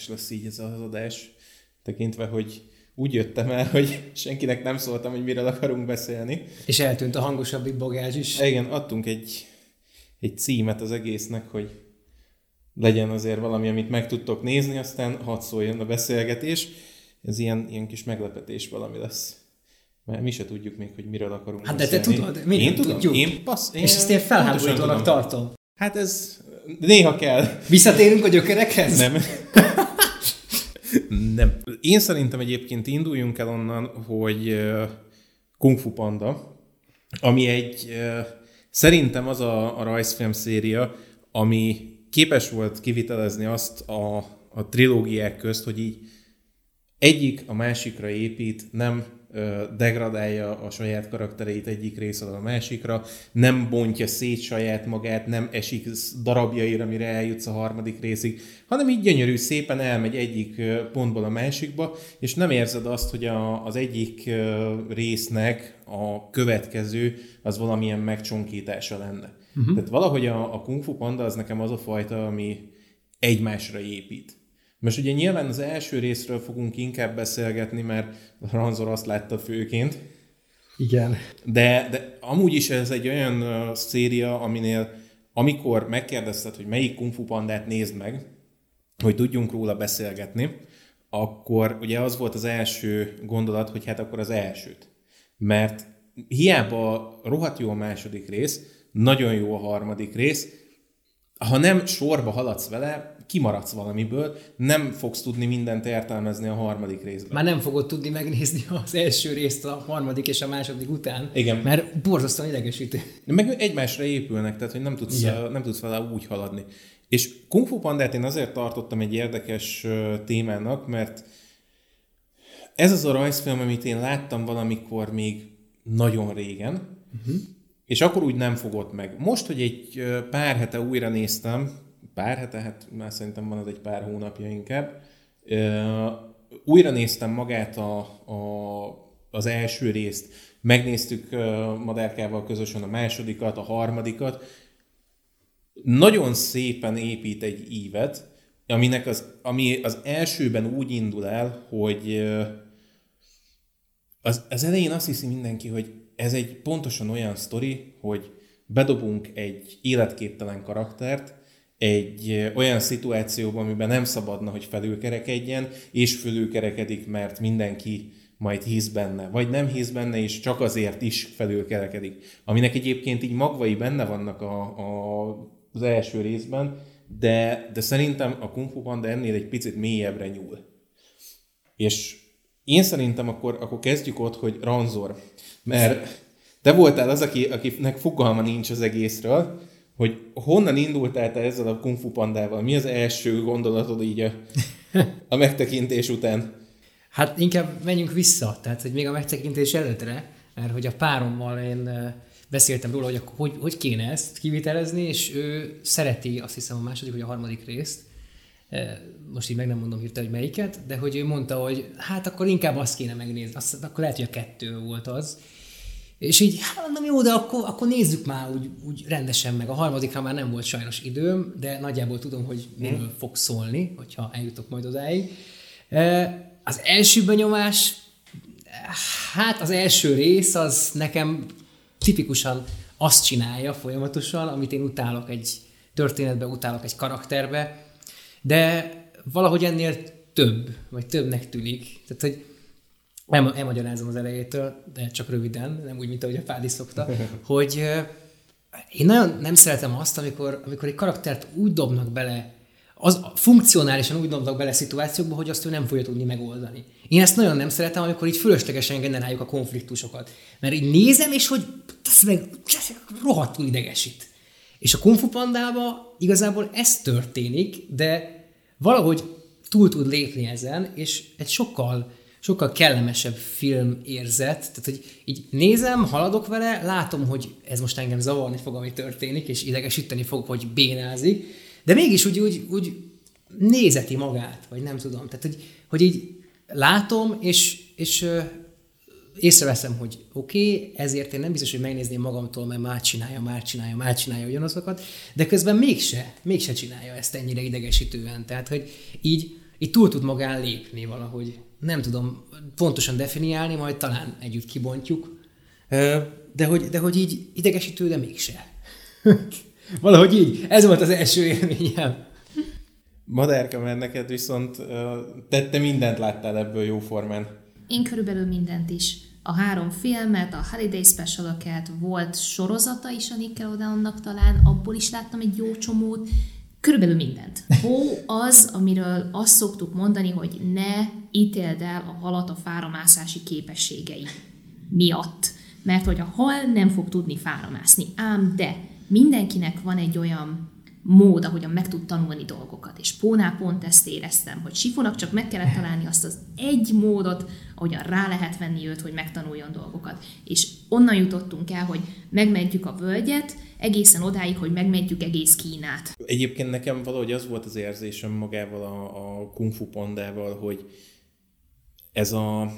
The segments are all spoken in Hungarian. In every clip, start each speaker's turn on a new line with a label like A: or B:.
A: érdekes lesz így ez az adás, tekintve, hogy úgy jöttem el, hogy senkinek nem szóltam, hogy miről akarunk beszélni.
B: És eltűnt a hangosabb Bagázs is.
A: Igen, adtunk egy címet az egésznek, hogy legyen azért valami, amit meg tudtok nézni, aztán hadd szóljon a beszélgetés. Ez ilyen kis meglepetés valami lesz. Mert mi se tudjuk még, hogy miről akarunk
B: hát
A: beszélni.
B: De te tudod, mi
A: én
B: nem
A: tudom.
B: tudjuk. És ezt én felháborítónak tartom.
A: Hát ez néha kell.
B: Visszatérünk a gyökerekhez?
A: Nem. Én szerintem egyébként induljunk el onnan, hogy Kung Fu Panda, ami szerintem az a rajzfilm széria, ami képes volt kivitelezni azt a trilógiák közt, hogy így egyik a másikra épít, nem degradálja a saját karaktereit egyik részről a másikra, nem bontja szét saját magát, nem esik darabjaira, mire eljutsz a harmadik részig, hanem így gyönyörű szépen elmegy egyik pontból a másikba, és nem érzed azt, hogy az egyik résznek a következő az valamilyen megcsonkítása lenne. Uh-huh. Tehát valahogy a Kung Fu Panda az nekem az a fajta, ami egymásra épít. Most ugye nyilván az első részről fogunk inkább beszélgetni, mert Ranzor azt látta főként.
B: Igen.
A: De amúgy is ez egy olyan széria, aminél amikor megkérdezted, hogy melyik Kung Fu Pandát nézd meg, hogy tudjunk róla beszélgetni, akkor ugye az volt az első gondolat, hogy hát akkor az elsőt. Mert hiába rohadt jó a második rész, nagyon jó a harmadik rész, ha nem sorba haladsz vele, kimaradsz valamiből, nem fogsz tudni mindent értelmezni a harmadik részben.
B: Már nem fogod tudni megnézni az első részt a harmadik és a második után,
A: igen.
B: Mert borzasztóan idegesítő.
A: Meg egymásra épülnek, tehát hogy nem tudsz vele úgy haladni. És Kung Fu Pandát én azért tartottam egy érdekes témának, mert ez az a rajzfilm, amit én láttam valamikor még nagyon régen, és akkor úgy nem fogott meg. Most, hogy egy pár hete újra néztem, hát már szerintem van az egy pár hónapja inkább, újra néztem magát az első részt, megnéztük Madárkával közösen a másodikat, a harmadikat, nagyon szépen épít egy ívet, ami az elsőben úgy indul el, hogy az elején azt hiszi mindenki, hogy ez egy pontosan olyan sztori, hogy bedobunk egy életképtelen karaktert egy olyan szituációban, amiben nem szabadna, hogy felülkerekedjen, és felülkerekedik, mert mindenki majd hisz benne, vagy nem hisz benne, és csak azért is felülkerekedik. Aminek egyébként így magvai benne vannak az első részben, de szerintem a Kung Fu Panda ennél egy picit mélyebbre nyúl. És én szerintem akkor kezdjük ott, hogy Ranzor, mert te voltál az, akinek fogalma nincs az egészről, hogy honnan indultál te ezzel a Kung Fu Pandával? Mi az első gondolatod így a megtekintés után?
B: Hát inkább menjünk vissza, tehát hogy még a megtekintés előttre, mert hogy a párommal én beszéltem róla, hogy kéne ezt kivitelezni, és ő szereti, azt hiszem a második vagy a harmadik részt, most így meg nem mondom hirtelen, hogy melyiket, de hogy ő mondta, hogy hát akkor inkább azt kéne megnézni, akkor lehet, hogy a 2 volt az. És így, hát mondom, jó, de akkor nézzük már úgy rendesen meg. A harmadikra már nem volt sajnos időm, de nagyjából tudom, hogy miről fog szólni, hogyha eljutok majd odáig. Az első benyomás, hát az első rész az nekem tipikusan azt csinálja folyamatosan, amit én utálok egy történetbe, utálok egy karakterbe, de valahogy ennél többnek tűnik. Tehát, hogy elmagyarázom az elejétől, de csak röviden, nem úgy, mint ahogy a Pádi szokta, hogy én nagyon nem szeretem azt, amikor egy karaktert úgy dobnak bele, funkcionálisan úgy dobnak bele szituációkba, hogy azt ő nem fogja tudni megoldani. Én ezt nagyon nem szeretem, amikor így fölöslegesen generáljuk a konfliktusokat. Mert így nézem, és hogy ez meg rohadtul idegesít. És a Kung Fu Pandában igazából ez történik, de valahogy túl tud lépni ezen, és egy sokkal kellemesebb film érzet, tehát hogy így nézem, haladok vele, látom, hogy ez most engem zavarni fog, ami történik, és idegesíteni fog, hogy bénázik, de mégis úgy nézeti magát, vagy nem tudom, tehát hogy így látom, és észreveszem, hogy oké, ezért én nem biztos, hogy megnézném magamtól, mert már csinálja ugyanazokat, de közben mégse csinálja ezt ennyire idegesítően, tehát hogy így itt túl tud magán lépni valahogy. Nem tudom pontosan definiálni, majd talán együtt kibontjuk. De hogy így idegesítő, de mégse. Valahogy így. Ez volt az első élményem.
A: Madárka, mert neked viszont te mindent láttál ebből jóformán.
C: Én körülbelül mindent is. A 3 filmet, a Holiday Special-okat, volt sorozata is a Nickelodeonnak talán, abból is láttam egy jó csomót. Körülbelül mindent. Hó az, amiről azt szoktuk mondani, hogy ne ítéld el a halat a fáramászási képességei miatt. Mert hogy a hal nem fog tudni fáramászni. Ám de mindenkinek van egy olyan mód, ahogyan meg tud tanulni dolgokat. És Pónál pont ezt éreztem, hogy Sifunak csak meg kellett találni azt az egy módot, ahogyan rá lehet venni őt, hogy megtanuljon dolgokat. És onnan jutottunk el, hogy megmentjük a völgyet, egészen odáig, hogy megmentjük egész Kínát.
A: Egyébként nekem valahogy az volt az érzésem magával a Kung Fu Pandával, hogy ez a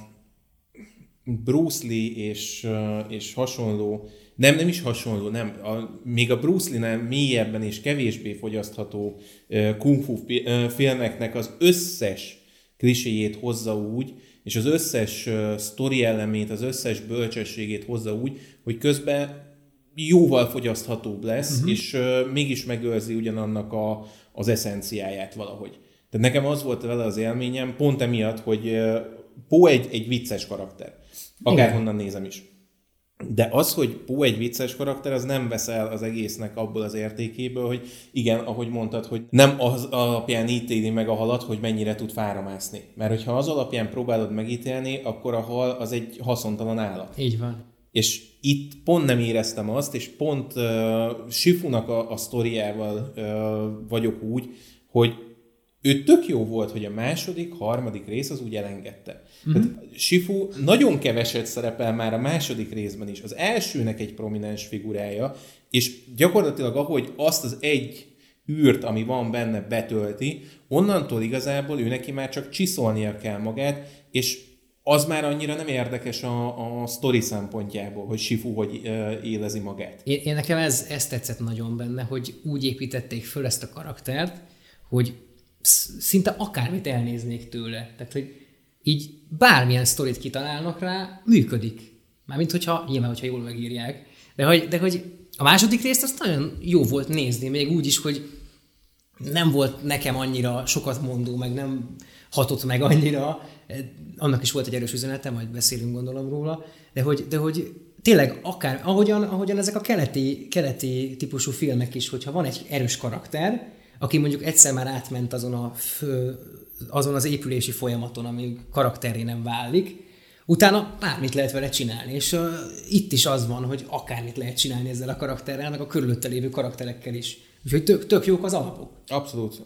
A: Bruce Lee és hasonló, nem is hasonló, még a Bruce Lee-nál mélyebben és kevésbé fogyasztható kung fu filmeknek az összes kliséjét hozza úgy, és az összes sztori elemét, az összes bölcsességét hozza úgy, hogy közben jóval fogyaszthatóbb lesz, és mégis megőrzi ugyanannak az eszenciáját valahogy. Tehát nekem az volt vele az élményem, pont emiatt, hogy Po egy vicces karakter. Akárhonnan nézem is. De az, hogy Po egy vicces karakter, az nem vesz el az egésznek abból az értékéből, hogy igen, ahogy mondtad, hogy nem az alapján ítéli meg a halat, hogy mennyire tud fáramászni. Mert hogyha az alapján próbálod megítélni, akkor a hal az egy haszontalan állat.
B: Így van.
A: És itt pont nem éreztem azt, és pont Shifunak a sztoriával vagyok úgy, hogy ő tök jó volt, hogy a második, harmadik rész az úgy elengedte. Tehát Shifu nagyon keveset szerepel már a második részben is. Az elsőnek egy prominens figurája, és gyakorlatilag ahogy azt az egy űrt, ami van benne, betölti, onnantól igazából ő neki már csak csiszolnia kell magát, és az már annyira nem érdekes a sztori szempontjából, hogy Shifu hogy élezi magát.
B: Én nekem ez tetszett nagyon benne, hogy úgy építették föl ezt a karaktert, hogy szinte akármit elnéznék tőle. Tehát, hogy így bármilyen sztorit kitalálnak rá, működik. Mármint, nyilván, hogyha jól megírják. De hogy a második részt azt nagyon jó volt nézni, még úgy is, hogy nem volt nekem annyira sokat mondó, meg nem hatott meg annyira. Annak is volt egy erős üzenete, majd beszélünk gondolom róla. De hogy tényleg akár, ahogyan ezek a keleti típusú filmek is, hogyha van egy erős karakter, aki mondjuk egyszer már átment azon az épülési folyamaton, amíg karakterré nem válik, utána bármit lehet vele csinálni, és itt is az van, hogy akármit lehet csinálni ezzel a karakterrel, meg a körülötte lévő karakterekkel is. Úgyhogy tök jók az alapok.
A: Abszolút.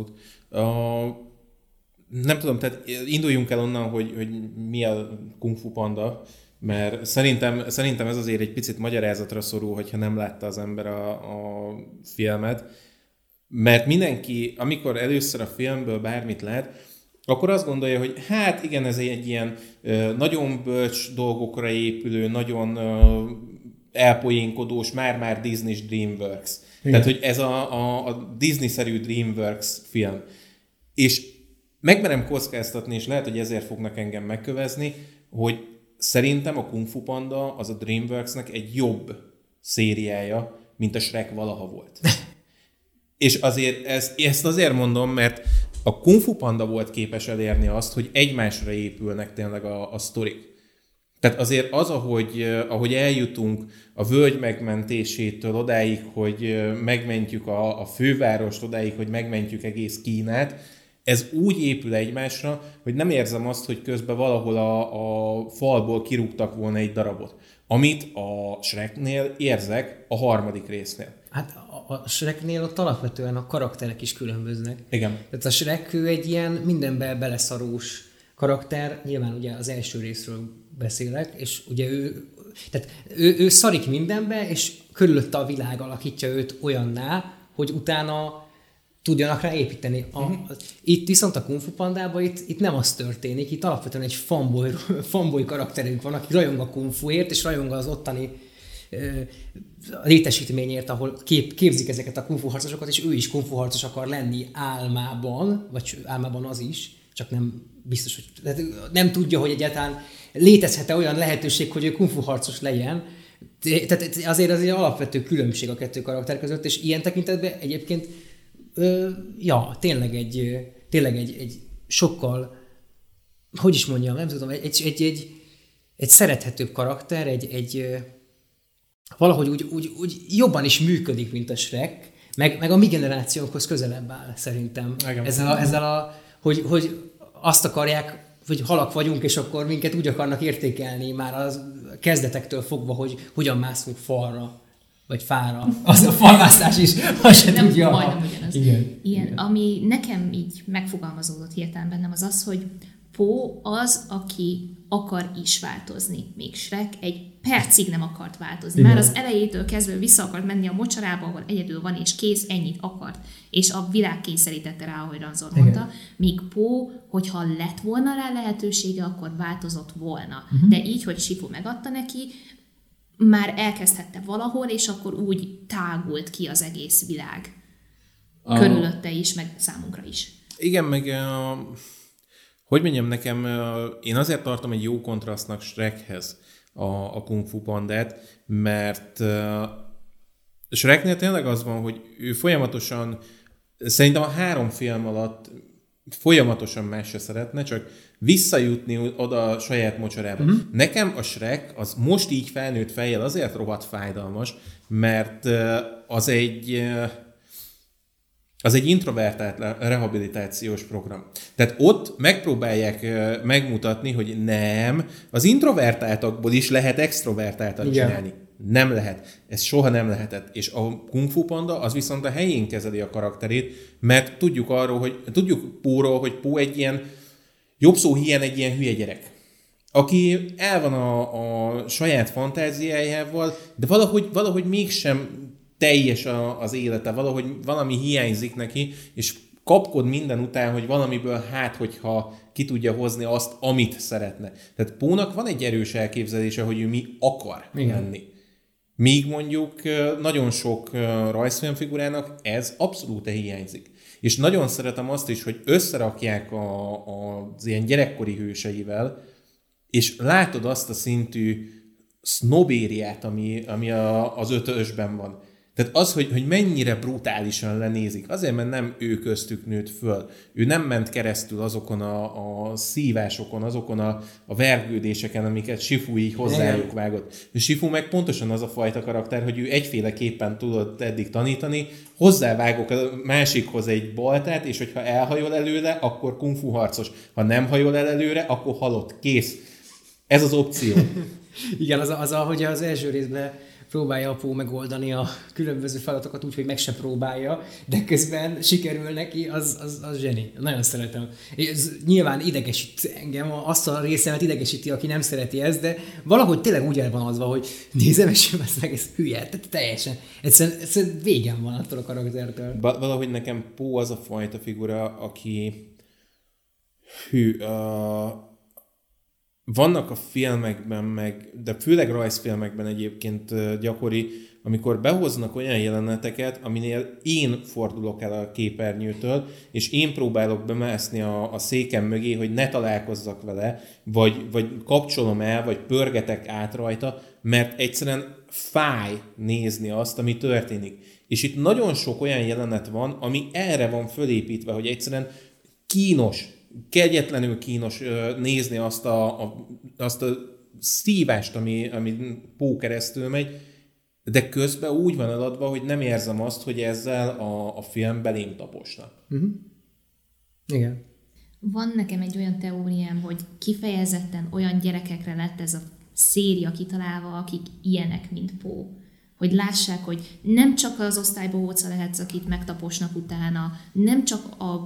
A: Nem tudom, tehát induljunk el onnan, hogy mi a Kung Fu Panda, mert szerintem ez azért egy picit magyarázatra szorul, hogyha nem látta az ember a filmet. Mert mindenki, amikor először a filmből bármit lát, akkor azt gondolja, hogy hát igen, ez egy ilyen nagyon bölcs dolgokra épülő, nagyon elpoénkodós, már Disney Dreamworks. Igen. Tehát, hogy ez a Disney-szerű Dreamworks film. És megmerem kockáztatni, és lehet, hogy ezért fognak engem megkövezni, hogy szerintem a Kung Fu Panda az a Dreamworksnek egy jobb szériája, mint a Shrek valaha volt. És azért ezt azért mondom, mert a Kung Fu Panda volt képes elérni azt, hogy egymásra épülnek tényleg a sztorik. Tehát azért az, ahogy eljutunk a völgy megmentésétől odáig, hogy megmentjük a fővárost, odáig, hogy megmentjük egész Kínát, ez úgy épül egymásra, hogy nem érzem azt, hogy közben valahol a falból kirúgtak volna egy darabot. Amit a Shreknél érzek a harmadik résznél.
B: Hát a Shreknél ott alapvetően a karakterek is különböznek.
A: Igen.
B: Tehát a Shrek ő egy ilyen mindenben beleszarós karakter, nyilván ugye az első részről beszélek, és ugye ő szarik mindenbe, és körülötte a világ alakítja őt olyanná, hogy utána tudjanak rá építeni. Itt viszont a Kung Fu Pandában itt nem az történik, itt alapvetően egy fanboy karakterünk van, aki rajong a Kung Fuért, és rajong az ottani létesítményért, ahol képzik ezeket a kungfu harcosokat, és ő is kungfu harcos akar lenni álmában, vagy álmában az is, csak nem biztos, hogy nem tudja, hogy egyáltalán létezhet-e olyan lehetőség, hogy ő kungfu harcos legyen. Tehát azért az egy alapvető különbség a kettő karakter között, és ilyen tekintetben egyébként tényleg egy sokkal, hogy is mondjam, nem tudom, egy szerethetőbb karakter, valahogy úgy jobban is működik, mint a Shrek, meg a mi generációnkhoz közelebb áll, szerintem. Ezzel hogy azt akarják, hogy halak vagyunk, és akkor minket úgy akarnak értékelni már a kezdetektől fogva, hogy hogyan mászunk falra, vagy fára. Az a falmászás is, azt se tudja.
C: Majdnem ugyanaz. Igen. Ami nekem így megfogalmazódott hirtelen bennem, az, hogy Po az, aki akar is változni. Még Shrek egy percig nem akart változni. Igen. Már az elejétől kezdve vissza akart menni a mocsarába, ahol egyedül van, és kész, ennyit akart. És a világ kényszerítette rá, ahogy Ranzor mondta. Míg Po, hogyha lett volna rá lehetősége, akkor változott volna. De így, hogy Sifu megadta neki, már elkezdhette valahol, és akkor úgy tágult ki az egész világ. Körülötte is, meg számunkra is.
A: Igen, meg hogy mondjam nekem, én azért tartom egy jó kontrasztnak Shrekhez a Kung Fu Pandát, mert Shreknél tényleg az van, hogy ő folyamatosan, szerintem a 3 film alatt folyamatosan más se szeretne, csak visszajutni oda a saját mocsarába. Nekem a Shrek az most így felnőtt fejjel azért rohadt fájdalmas, mert az egy introvertált rehabilitációs program. Tehát ott megpróbálják megmutatni, hogy nem, az introvertáltakból is lehet extrovertáltat csinálni. Nem lehet. Ez soha nem lehetett. És a Kung Fu Panda az viszont a helyén kezeli a karakterét, mert tudjuk Póról, hogy Pó egy ilyen, jobb szó híján egy ilyen hülye gyerek, aki el van a saját fantáziájával, de valahogy mégsem teljes az élete, valahogy valami hiányzik neki, és kapkod minden után, hogy valamiből hogyha ki tudja hozni azt, amit szeretne. Tehát Pónak van egy erős elképzelése, hogy ő mi akar lenni. Míg mondjuk nagyon sok rajzfilmfigurának ez abszolút hiányzik. És nagyon szeretem azt is, hogy összerakják az ilyen gyerekkori hőseivel, és látod azt a szintű sznobériát, ami az 5-ösben van. Tehát az, hogy mennyire brutálisan lenézik. Azért, mert nem ő köztük nőtt föl. Ő nem ment keresztül azokon a szívásokon, azokon a vergődéseken, amiket Sifu így hozzájuk vágott. És Sifu meg pontosan az a fajta karakter, hogy ő egyféleképpen tudott eddig tanítani, hozzávágok a másikhoz egy baltát, és hogyha elhajol előre, akkor kung fu harcos. Ha nem hajol el előre, akkor halott. Kész. Ez az opció.
B: Igen, hogy az első részben próbálja Pó megoldani a különböző feladatokat úgy, hogy meg se próbálja, de közben sikerül neki, az zseni. Nagyon szeretem. Ez nyilván idegesít engem, azt a részemet idegesíti, aki nem szereti ezt, de valahogy tényleg úgy el van azva, hogy nézem, és ez meg ez hülye, tehát teljesen. Egyszerűen végem van attól a karaktertől.
A: Valahogy nekem Pó az a fajta figura, aki vannak a filmekben, de főleg rajzfilmekben egyébként gyakori, amikor behoznak olyan jeleneteket, aminél én fordulok el a képernyőtől, és én próbálok bemászni a székem mögé, hogy ne találkozzak vele, vagy kapcsolom el, vagy pörgetek át rajta, mert egyszerűen fáj nézni azt, ami történik. És itt nagyon sok olyan jelenet van, ami erre van fölépítve, hogy egyszerűen kínos, kegyetlenül kínos nézni azt a szívást, ami Pó keresztül megy, de közben úgy van eladva, hogy nem érzem azt, hogy ezzel a film belém taposna.
B: Igen.
C: Van nekem egy olyan teóriám, hogy kifejezetten olyan gyerekekre lett ez a széria kitalálva, akik ilyenek, mint Pó. Hogy lássák, hogy nem csak az osztálybohóca lehetsz, akit megtaposnak utána, nem csak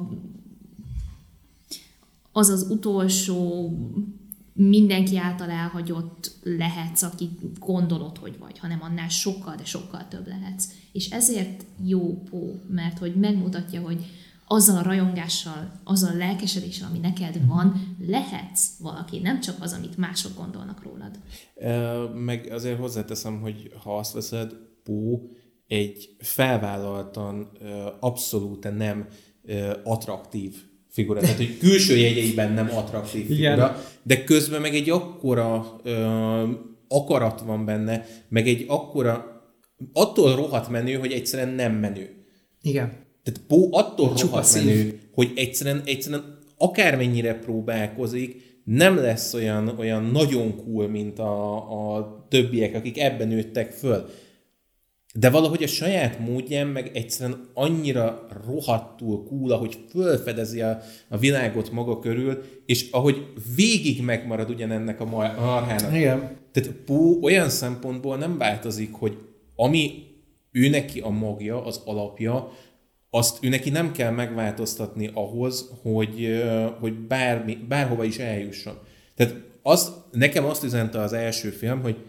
C: az utolsó, mindenki által elhagyott lehetsz, aki gondolod, hogy vagy, hanem annál sokkal, de sokkal több lehetsz. És ezért jó Pó, mert hogy megmutatja, hogy azzal a rajongással, azzal a lelkesedéssel, ami neked van, lehetsz valaki, nem csak az, amit mások gondolnak rólad.
A: Meg azért hozzáteszem, hogy ha azt veszed, Pó egy felvállaltan abszolút nem attraktív figura. Tehát, hogy külső jegyeiben nem attraktív figura, igen. De közben meg egy akkora akarat van benne, meg egy akkora, attól rohadt menő, hogy egyszerűen nem menő.
B: Igen.
A: Tehát Pó attól rohadt menő, hogy egyszerűen akármennyire próbálkozik, nem lesz olyan nagyon cool, mint a többiek, akik ebben nőttek föl. De valahogy a saját módján meg egyszerűen annyira rohadtul cool, ahogy fölfedezi a világot maga körül, és ahogy végig megmarad ugyanennek a marhának.
B: Igen.
A: Tehát Pó olyan szempontból nem változik, hogy ami ő neki a magja, az alapja, azt ő neki nem kell megváltoztatni ahhoz, hogy bárhova is eljusson. Tehát nekem azt üzente az első film, hogy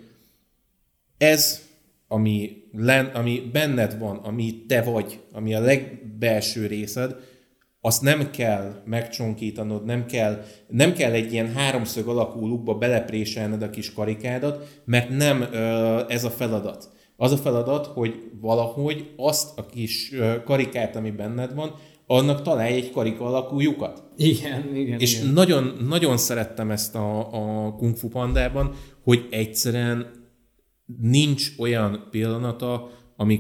A: ez, ami benned van, ami te vagy, ami a legbelső részed, azt nem kell megcsonkítanod, nem kell egy ilyen háromszög alakú lukba belepréselned a kis karikádat, mert nem ez a feladat. Az a feladat, hogy valahogy azt a kis karikát, ami benned van, annak találj egy karika alakú lyukat.
B: Igen.
A: És
B: igen.
A: nagyon, nagyon szerettem ezt a Kung Fu Pandában, hogy egyszerűen nincs olyan pillanata,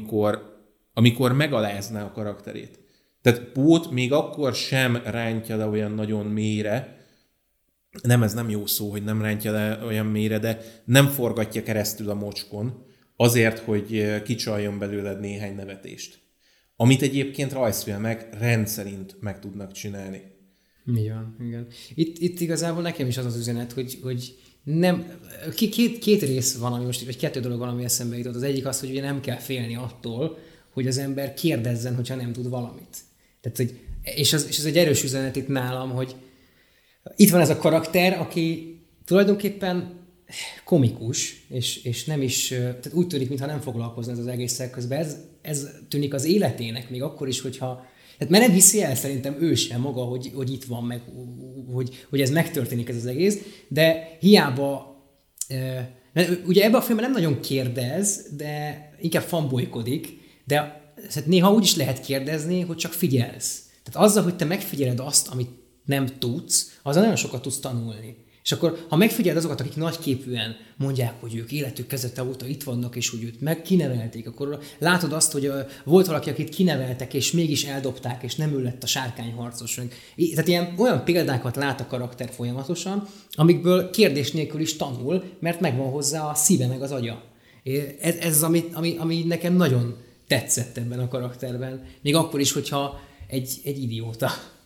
A: amikor megalázná a karakterét. Tehát Pót még akkor sem rántja le olyan nagyon mélyre, ez nem jó szó, hogy nem rántja le olyan mélyre, de nem forgatja keresztül a mocskon, azért, hogy kicsaljon belőled néhány nevetést. Amit egyébként rajzfilmek rendszerint meg tudnak csinálni.
B: Igen. Itt igazából nekem is az az üzenet, hogy nem, két rész van, ami most, vagy kettő dolog van, ami eszembe jutott. Az egyik az, hogy ugye nem kell félni attól, hogy az ember kérdezzen, hogyha nem tud valamit. Tehát, hogy, és ez egy erős üzenet itt nálam, hogy itt van ez a karakter, aki tulajdonképpen komikus, és nem is, tehát úgy tűnik, mintha nem foglalkozna ez az egésszel közben. Ez tűnik az életének, még akkor is, hogyha tehát mert nem hiszi el szerintem ő sem maga, hogy itt van, meg hogy ez megtörténik ez az egész, de hiába, ugye ebben a filmben nem nagyon kérdez, de inkább fanbolykodik, de néha úgy is lehet kérdezni, hogy csak figyelsz. Tehát azzal, hogy te megfigyeled azt, amit nem tudsz, azzal nagyon sokat tudsz tanulni. És akkor, ha megfigyeled azokat, akik nagyképűen mondják, hogy ők életük kezdete óta itt vannak, és hogy őt meg kinevelték, akkor látod azt, hogy volt valaki, akit kineveltek, és mégis eldobták, és nem ő lett a sárkányharcos. Tehát olyan példákat lát a karakter folyamatosan, amikből kérdés nélkül is tanul, mert megvan hozzá a szíve meg az agya. Ez az, ami nekem nagyon tetszett ebben a karakterben. Még akkor is, hogyha egy idióta.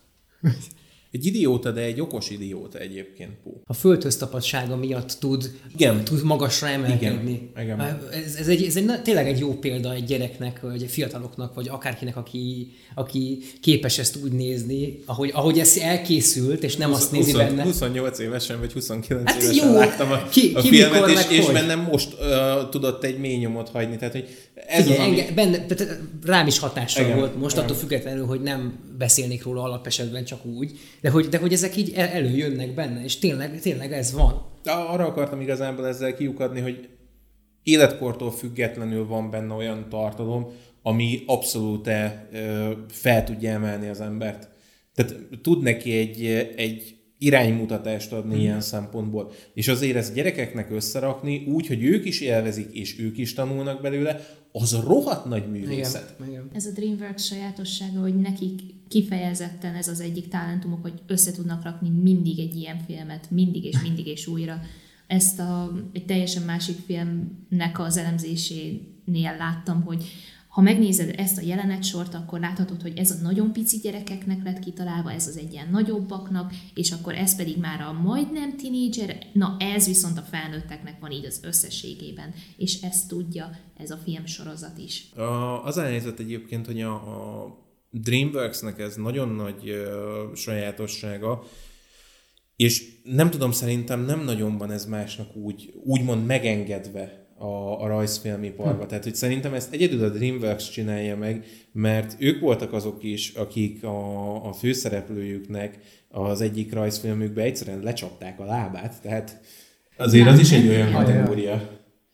A: Egy idióta, de egy okos idióta egyébként, Pó.
B: A földhöztapadtsága miatt tud magasra emelkedni.
A: Igen.
B: Ez tényleg egy jó példa egy gyereknek, vagy egy fiataloknak, vagy akárkinek, aki képes ezt úgy nézni, ahogy ez elkészült, és nem azt nézi benne.
A: 28 évesen, vagy 29 évesen láttam a filmet, és bennem most tudott egy mély nyomot hagyni. Tehát, hogy ez
B: tehát rám is hatással volt most, attól függetlenül, hogy nem beszélnék róla alapesetben csak úgy, de hogy ezek így előjönnek benne, és tényleg ez van.
A: Arra akartam igazából ezzel kiukadni, hogy életkortól függetlenül van benne olyan tartalom, ami abszolút fel tudja emelni az embert. Tehát tud neki egy iránymutatást adni ilyen szempontból. És azért ezt gyerekeknek összerakni úgy, hogy ők is élvezik, és ők is tanulnak belőle, az rohadt nagy művészet.
B: Igen.
C: Ez a DreamWorks sajátossága, hogy nekik kifejezetten ez az egyik talentumok, hogy össze tudnak rakni mindig egy ilyen filmet, mindig és újra. Ezt egy teljesen másik filmnek az elemzésénél láttam, hogy ha megnézed ezt a jelenetsort, akkor láthatod, hogy ez a nagyon pici gyerekeknek lett kitalálva, ez az egy ilyen nagyobbaknak, és akkor ez pedig már a majdnem tinédzser, na ez viszont a felnőtteknek van így az összességében, és ezt tudja ez a filmsorozat is.
A: Az a helyzet egyébként, hogy a DreamWorksnek ez nagyon nagy sajátossága, és nem tudom, szerintem nem nagyon van ez másnak úgymond megengedve a rajzfilmiparba. Tehát, hogy szerintem ezt egyedül a DreamWorks csinálja meg, mert ők voltak azok is, akik a főszereplőjüknek az egyik rajzfilmükbe egyszerűen lecsapták a lábát, tehát azért az is egy olyan kategória.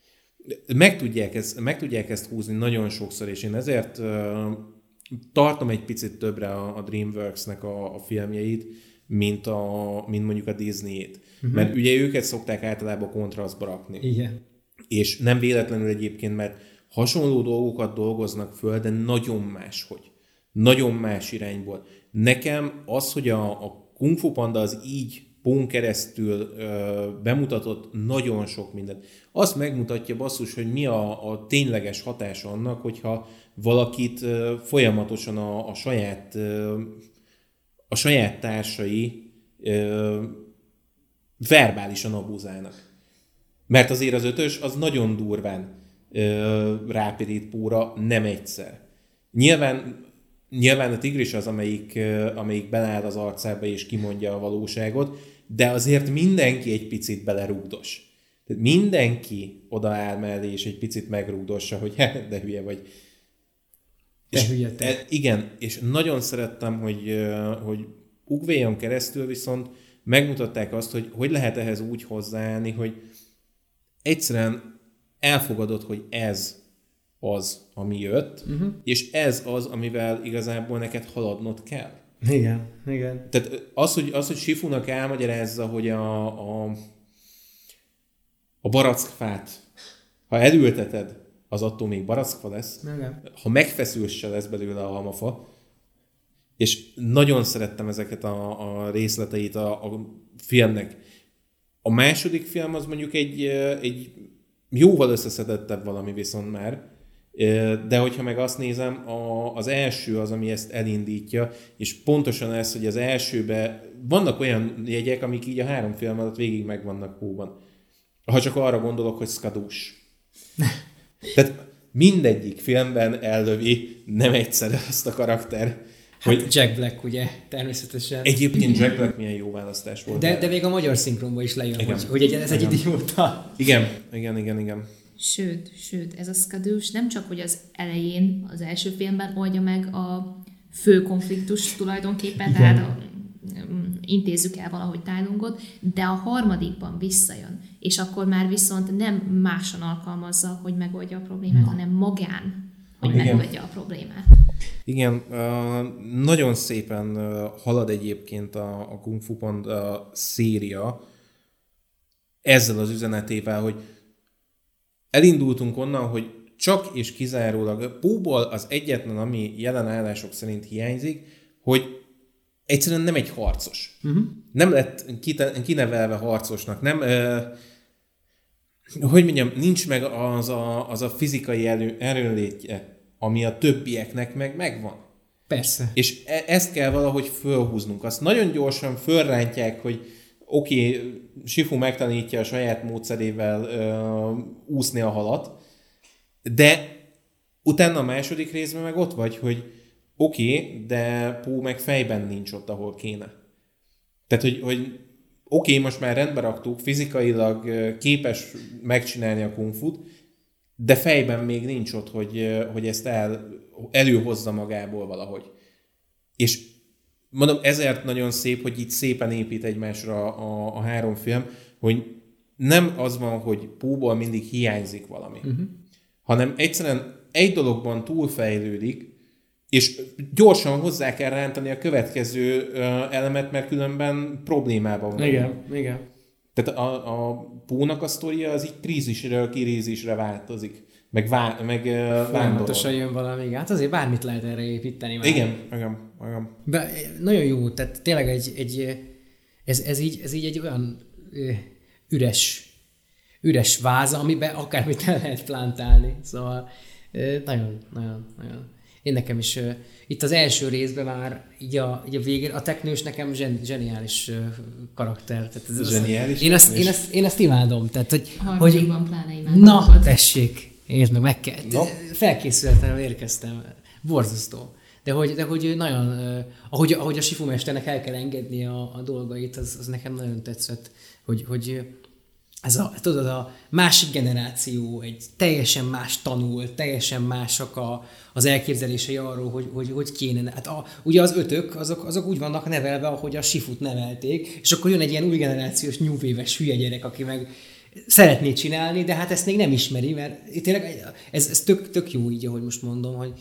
A: Meg tudják ezt húzni nagyon sokszor, és én ezért tartom egy picit többre a DreamWorks-nek a filmjeit, mint mondjuk a Disney-t. Mert ugye őket szokták általában kontrasztba rakni.
B: Igen.
A: És nem véletlenül egyébként, mert hasonló dolgokat dolgoznak föl, de nagyon máshogy. Nagyon más irányból. Nekem az, hogy a Kung Fu Panda az így Pón keresztül bemutatott nagyon sok mindent. Azt megmutatja basszus, hogy mi a tényleges hatása annak, hogyha valakit folyamatosan a saját társai verbálisan abuzálnak. Mert azért az 5-ös az nagyon durván rápirít Póra, nem egyszer. Nyilván a tigris az, amelyik beláll az arcába és kimondja a valóságot, de azért mindenki egy picit belerúgdos. Tehát mindenki odaáll mellé és egy picit megrúgdossa, hogy de hülye vagy. Igen, és nagyon szerettem, hogy Ugvéjon keresztül viszont megmutatták azt, hogy lehet ehhez úgy hozzáállni, hogy egyszerűen elfogadod, hogy ez az, ami jött, és ez az, amivel igazából neked haladnod kell.
B: Igen.
A: Tehát az, hogy Sifunak elmagyarázza, hogy a barackfát, ha elülteted, az attól még barackfa lesz.
B: Igen.
A: Ha megfeszülsz, se lesz belőle a almafa. És nagyon szerettem ezeket a részleteit a filmnek. A második film az mondjuk egy jóval összeszedettebb valami viszont már, de hogyha meg azt nézem, az első az, ami ezt elindítja, és pontosan ez, hogy az elsőben vannak olyan jegyek, amik így a 3 film alatt végig megvannak Póban. Ha csak arra gondolok, hogy skadús. Tehát mindegyik filmben ellövi nem egyszer azt a karakter.
B: Hát Jack Black, ugye, természetesen.
A: Egyébként Jack Black milyen jó választás volt.
B: De még a magyar szinkronban is lejön, hogy ez egy idióta.
A: Igen.
C: Sőt, ez a skadús nem csak, hogy az elején, az első filmben oldja meg a fő konfliktus tulajdonképpen, tehát intézzük el valahogy Tai Lungot, de a harmadikban visszajön, és akkor már viszont nem máson alkalmazza, hogy megoldja a problémát, hanem magán, hogy megoldja a problémát.
A: Igen, nagyon szépen halad egyébként a Kung Fu Panda széria ezzel az üzenetével, hogy elindultunk onnan, hogy csak és kizárólag Póból az egyetlen, ami jelen állások szerint hiányzik, hogy egyszerűen nem egy harcos. Nem lett kinevelve harcosnak, nem, hogy mondjam, nincs meg az a fizikai erőnlétje, ami a többieknek meg megvan.
B: Persze.
A: És ezt kell valahogy fölhúznunk. Azt nagyon gyorsan fölrántják, hogy oké, Sifu megtanítja a saját módszerével úszni a halat, de utána a második részben meg ott vagy, hogy oké, de Pó meg fejben nincs ott, ahol kéne. Tehát, hogy oké, most már rendbe raktuk, fizikailag képes megcsinálni a kung fut, de fejben még nincs ott, hogy ezt előhozza magából valahogy. És mondom, ezért nagyon szép, hogy itt szépen épít egymásra a 3 film, hogy nem az van, hogy Póból mindig hiányzik valami, hanem egyszerűen egy dologban túlfejlődik, és gyorsan hozzá kell rántani a következő elemet, mert különben problémában van.
B: Igen.
A: Tehát a Pónak a sztoria az így krízisről kirízisre változik, meg
B: folyamatosan jön valami. Hát azért bármit lehet erre építeni már.
A: Igen.
B: De nagyon jó, tehát tényleg ez így egy olyan üres váza, amiben akármit el lehet plántálni. Szóval nagyon. Én nekem is itt az első részben már így a végén, a teknős nekem zseniális karakter. Tehát ez
A: zseniális?
B: Én ezt imádom. Tehát, hogy
C: pláne imádom.
B: Na, tessék! Érd meg kell. No. Felkészületlenül érkeztem. Borzasztó. De hogy nagyon, ahogy a Sifu mesternek el kell engedni a dolgait, az nekem nagyon tetszett, hogy tudod, a másik generáció egy teljesen más tanul, teljesen másak az elképzelései arról, hogy kéne. Hát ugye az ötök, azok úgy vannak nevelve, ahogy a Sifut nevelték, és akkor jön egy ilyen új generációs nyúvéves hülye gyerek, aki meg szeretné csinálni, de hát ezt még nem ismeri, mert tényleg ez tök jó így, ahogy most mondom, hogy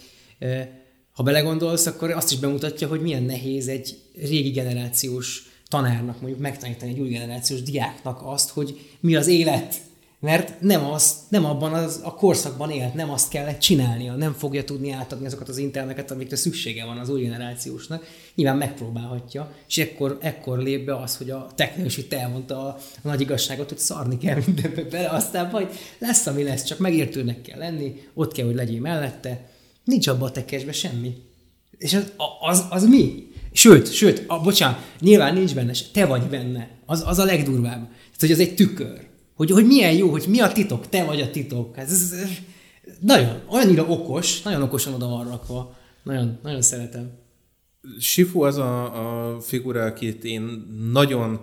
B: ha belegondolsz, akkor azt is bemutatja, hogy milyen nehéz egy régi generációs tanárnak mondjuk megtanítani egy új generációs diáknak azt, hogy mi az élet. Mert nem abban a korszakban élt, nem azt kellett csinálnia, nem fogja tudni átadni azokat az intelmeket, amikre szüksége van az új generációsnak. Nyilván megpróbálhatja, és ekkor lép be az, hogy a technológus itt elmondta a nagy igazságot, hogy szarni kell mindenbe bele, aztán majd lesz, ami lesz, csak megértőnek kell lenni, ott kell, hogy legyél mellette. Nincs abban a tekesben semmi. És az mi? Sőt, bocsánat, nyilván nincs benne, te vagy benne. Az a legdurvább. Tehát, hogy az egy tükör. Hogy milyen jó, hogy mi a titok, te vagy a titok. Ez nagyon, olyannyira okos, nagyon okosan oda van rakva. Nagyon, nagyon szeretem.
A: Sifu az a figura, akit én nagyon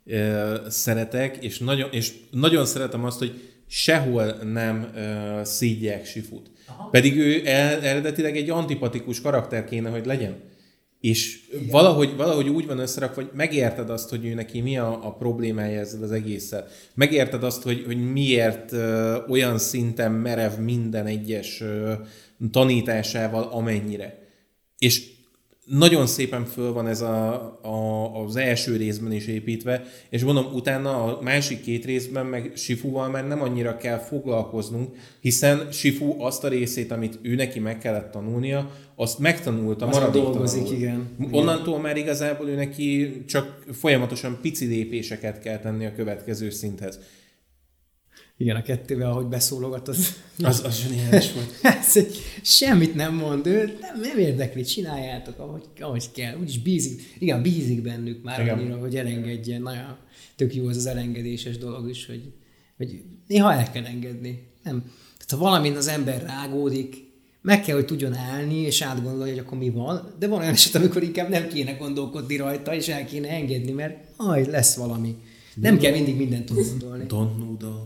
A: szeretek, és nagyon szeretem azt, hogy sehol nem szídják Sifut. Aha. Pedig ő eredetileg egy antipatikus karakter kéne, hogy legyen. És valahogy úgy van összerakva, hogy megérted azt, hogy ő neki mi a problémája ezzel az egésszel. Megérted azt, hogy miért olyan szinten merev minden egyes tanításával, amennyire. És nagyon szépen föl van ez az első részben is építve, és mondom, utána a másik két részben meg Sifuval már nem annyira kell foglalkoznunk, hiszen Sifu azt a részét, amit ő neki meg kellett tanulnia, azt megtanulta, maradék
B: dolgozik, igen.
A: Onnantól már igazából ő neki csak folyamatosan pici lépéseket kell tenni a következő szinthez.
B: Igen, a kettővel, ahogy beszólogat, az
A: zseniális volt.
B: Semmit nem mond, ő nem érdekli, csináljátok, ahogy kell. Úgyis bízik bennük már annyira, hogy elengedjen. Nagyon tök jó az elengedéses dolog is, hogy néha el kell engedni. Nem. Tehát ha valamin az ember rágódik, meg kell, hogy tudjon állni, és átgondolni, hogy akkor mi van, de van olyan eset, amikor inkább nem kéne gondolkodni rajta, és el kéne engedni, mert majd lesz valami. Nem kell mindig mindent tudni gondolni.
A: Don't noodle.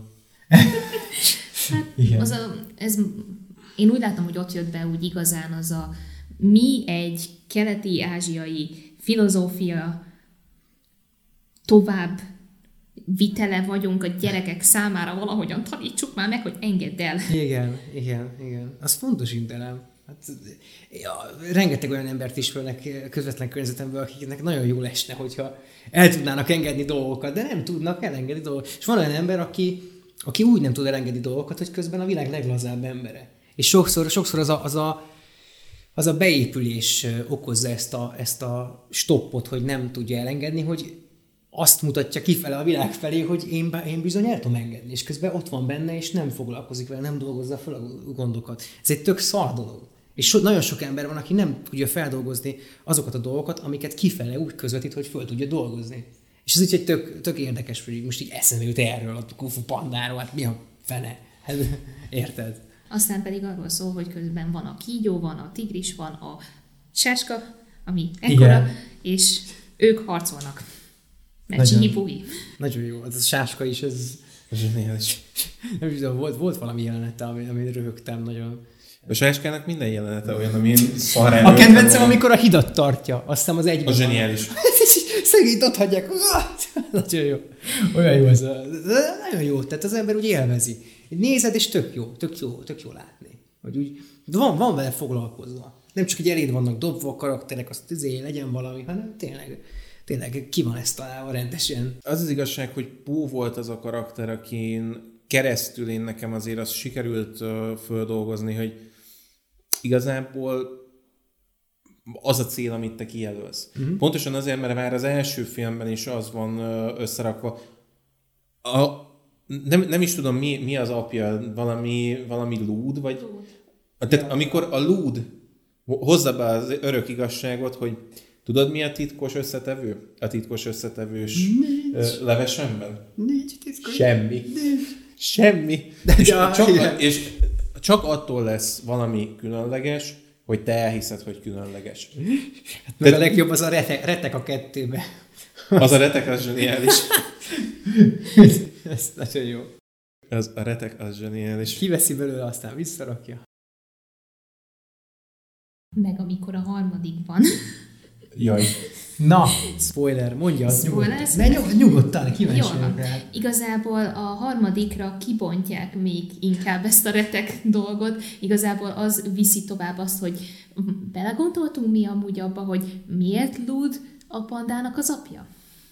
C: Hát, én úgy látom, hogy ott jött be úgy igazán mi egy keleti-ázsiai filozófia tovább vitele vagyunk a gyerekek számára, valahogyan tanítsuk már meg, hogy engedd el.
B: Igen. Az fontos intelem. Hát, rengeteg olyan embert ismernek közvetlen környezetemből, akiknek nagyon jól esne, hogyha el tudnának engedni dolgokat, de nem tudnak elengedni dolgokat. És van olyan ember, aki úgy nem tud elengedni dolgokat, hogy közben a világ leglazább embere. És sokszor az a beépülés okozza ezt a stoppot, hogy nem tudja elengedni, hogy azt mutatja kifele a világ felé, hogy én bizony el tudom engedni, és közben ott van benne, és nem foglalkozik vele, nem dolgozza fel a gondokat. Ez egy tök szar dolog. És nagyon sok ember van, aki nem tudja feldolgozni azokat a dolgokat, amiket kifele úgy közvetít, hogy föl tudja dolgozni. És ez így egy tök érdekes, hogy most így eszembe jut erről a Kung Fu Pandáról, hát mi a fene? Hát, érted?
C: Aztán pedig arról szól, hogy közben van a kígyó, van a tigris, van a sáska, ami ekkora, és ők harcolnak. Mecsinyi-puhi.
B: Nagyon jó, az a sáska is, ez
A: zseniális.
B: Nem is tudom, volt valami jelenete, amin röhögtem nagyon.
A: A sáskának minden jelenete olyan, amin szarrá.
B: A kedvencem, amikor a hidat tartja, azt hiszem az egyben.
A: A zseniális.
B: Szegényt ott hagyják. Nagyon jó. Olyan jó ez. Nagyon jó, tehát az ember úgy élvezi. Nézed, és tök jó látni. Hogy úgy, van vele foglalkozva. Nem csak, hogy eléd vannak dobva a karakterek, azt legyen valami, hanem tényleg ki van ezt találva rendesen.
A: Az igazság, hogy Pó volt az a karakter, akin keresztül én nekem azért azt sikerült földolgozni, hogy igazából az a cél, amit te kijelölsz. Uh-huh. Pontosan azért, mert már az első filmben is az van összerakva. Nem is tudom, mi az apja, valami lúd, vagy... Tehát amikor a lúd hozza be az örök igazságot, hogy tudod, mi a titkos összetevő? A titkos összetevős levesemben?
B: Nincs titkos.
A: Semmi. És csak attól lesz valami különleges, hogy te elhiszed, hogy különleges.
B: Hát meg a legjobb az a retek a kettőbe.
A: Az a retek, az zseniális.
B: Ez nagyon jó.
A: Az, a retek az zseniális.
B: Kiveszi belőle, aztán visszarakja.
C: Meg amikor a harmadik van.
A: Jaj.
B: Na, spoiler, mondja az
C: Spoiler,
B: nyugodtan. Nyugodtan,
C: Jól
B: kíváncsi
C: van.
B: vagyok rá.
C: Igazából a harmadikra kibontják még inkább ezt a retek dolgot. Igazából az viszi tovább azt, hogy belegondoltunk mi amúgy abba, hogy miért Lud a pandának az apja?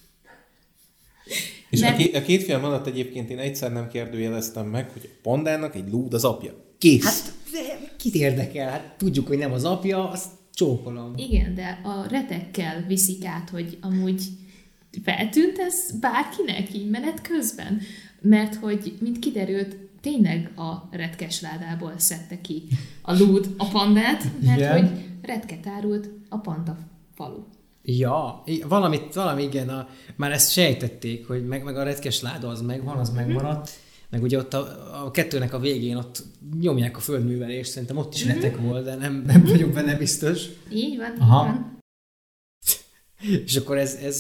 A: És a két film alatt egyébként én egyszer nem kérdőjeleztem meg, hogy a pandának egy lúd az apja. Kész.
B: Hát, kit érdekel? Hát tudjuk, hogy nem az apja, azt csókolom.
C: Igen, de a retekkel viszik át, hogy amúgy feltűnt ez bárkinek így menet közben? Mert hogy, mint kiderült, tényleg a retkes ládából szedte ki a lúd a pandát, mert
B: Igen.
C: hogy retket árult a panda falu.
B: Ja, valami igen, már ezt sejtették, hogy meg a retkes láda az megvan, az megmaradt, meg ugye ott a kettőnek a végén ott nyomják a földművelést, szerintem ott is retek volt, de nem vagyok benne biztos.
C: Így van,
B: Aha.
C: így van.
B: És akkor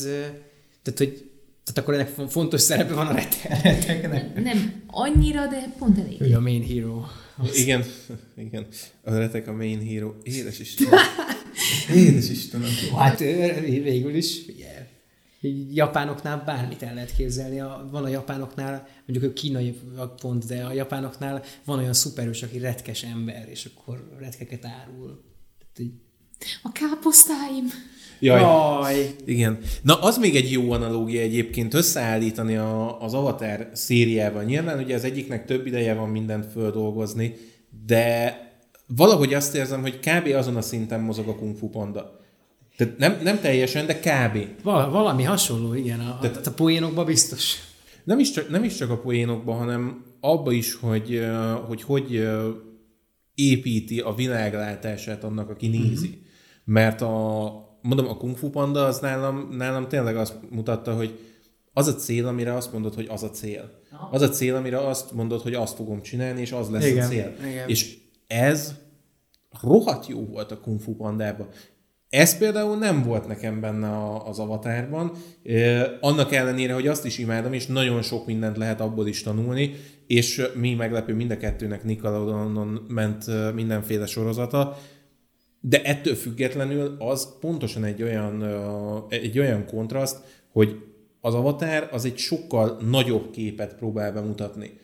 B: tehát akkor ennek fontos szerepe van a reteknek.
C: Nem annyira, de pont elég.
B: Ő a main hero.
A: Igen. A retek a main hero. Édes Istenem. Édes Istenem.
B: Hát végül is, figyelj. Így japánoknál bármit el lehet képzelni. Van a japánoknál, mondjuk ők kínai pont, de a japánoknál van olyan szuperős, aki retkes ember, és akkor retkeket árul. Tehát így...
C: A káposztáim.
B: Jaj.
A: Igen. Na, az még egy jó analógia egyébként összeállítani az Avatar szériával. Nyilván ugye az egyiknek több ideje van mindent földolgozni, de valahogy azt érzem, hogy kb. Azon a szinten mozog a Kung Fu Panda. Tehát nem teljesen, de kb.
B: Valami hasonló, igen. A poénokban biztos.
A: Nem is csak a poénokban, hanem abba is, hogy építi a világlátását annak, aki nézi. Mert a Kung Fu Panda az nálam tényleg azt mutatta, hogy az a cél, amire azt mondod, hogy az a cél. Az a cél, amire azt mondod, hogy azt fogom csinálni, és az lesz a cél.
B: Igen.
A: És ez rohadt jó volt a Kung Fu Pandában. Ez például nem volt nekem benne az Avatarban, annak ellenére, hogy azt is imádom, és nagyon sok mindent lehet abból is tanulni, és mi meglepő, mind a kettőnek Nickelodeonon ment mindenféle sorozata, de ettől függetlenül az pontosan egy olyan kontraszt, hogy az Avatar az egy sokkal nagyobb képet próbál bemutatni.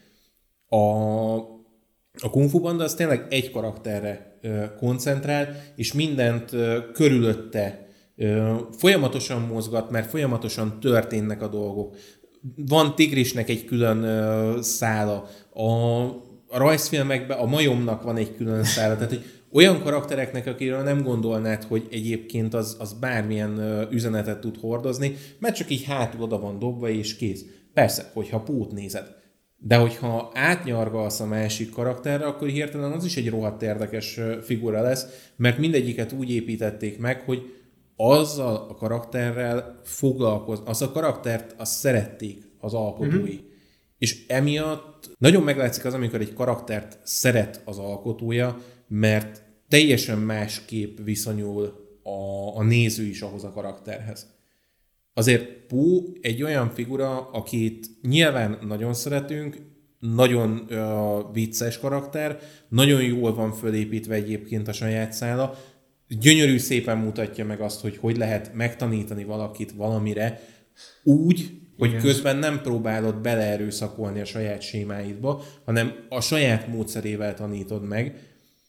A: A Kung Fu Panda az tényleg egy karakterre koncentrál, és mindent körülötte folyamatosan mozgat, mert folyamatosan történnek a dolgok. Van tigrisnek egy külön szála, a rajzfilmekben a majomnak van egy külön szála, tehát hogy olyan karaktereknek, akiről nem gondolnád, hogy egyébként az bármilyen üzenetet tud hordozni, mert csak így hátul oda van dobva, és kész. Persze, hogyha Pót nézed. De hogyha átnyargalsz a másik karakterre, akkor hirtelen az is egy rohadt érdekes figura lesz, mert mindegyiket úgy építették meg, hogy azzal a karakterrel azt a karaktert azt szerették az alkotói. És emiatt nagyon meglátszik az, amikor egy karaktert szeret az alkotója, mert teljesen másképp viszonyul a néző is ahhoz a karakterhez. Azért Pó egy olyan figura, akit nyilván nagyon szeretünk, nagyon vicces karakter, nagyon jól van fölépítve egyébként a saját szála, gyönyörű szépen mutatja meg azt, hogy lehet megtanítani valakit valamire úgy, hogy közben nem próbálod beleerőszakolni a saját sémáidba, hanem a saját módszerével tanítod meg.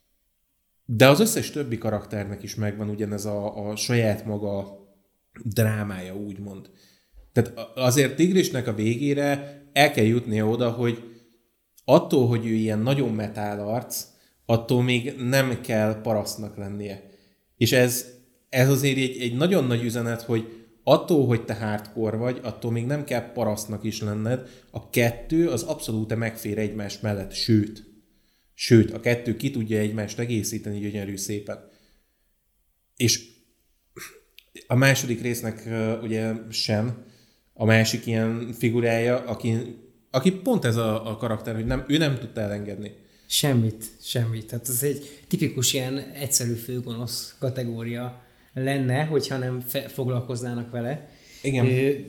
A: De az összes többi karakternek is megvan ugyanez a saját maga drámája, úgymond. Tehát azért Tigrisnek a végére el kell jutnia oda, hogy attól, hogy ő ilyen nagyon metál arc, attól még nem kell parasztnak lennie. És ez azért egy nagyon nagy üzenet, hogy attól, hogy te hardcore vagy, attól még nem kell parasztnak is lenned. A kettő az abszolút megfér egymás mellett, sőt, a kettő ki tudja egymást egészíteni gyönyörű szépen. És a második résznek ugye Shen, a másik ilyen figurája, aki pont ez a karakter, hogy ő nem tudta elengedni.
B: Semmit. Tehát ez egy tipikus ilyen egyszerű főgonosz kategória lenne, hogyha nem foglalkoznának vele.
A: Igen.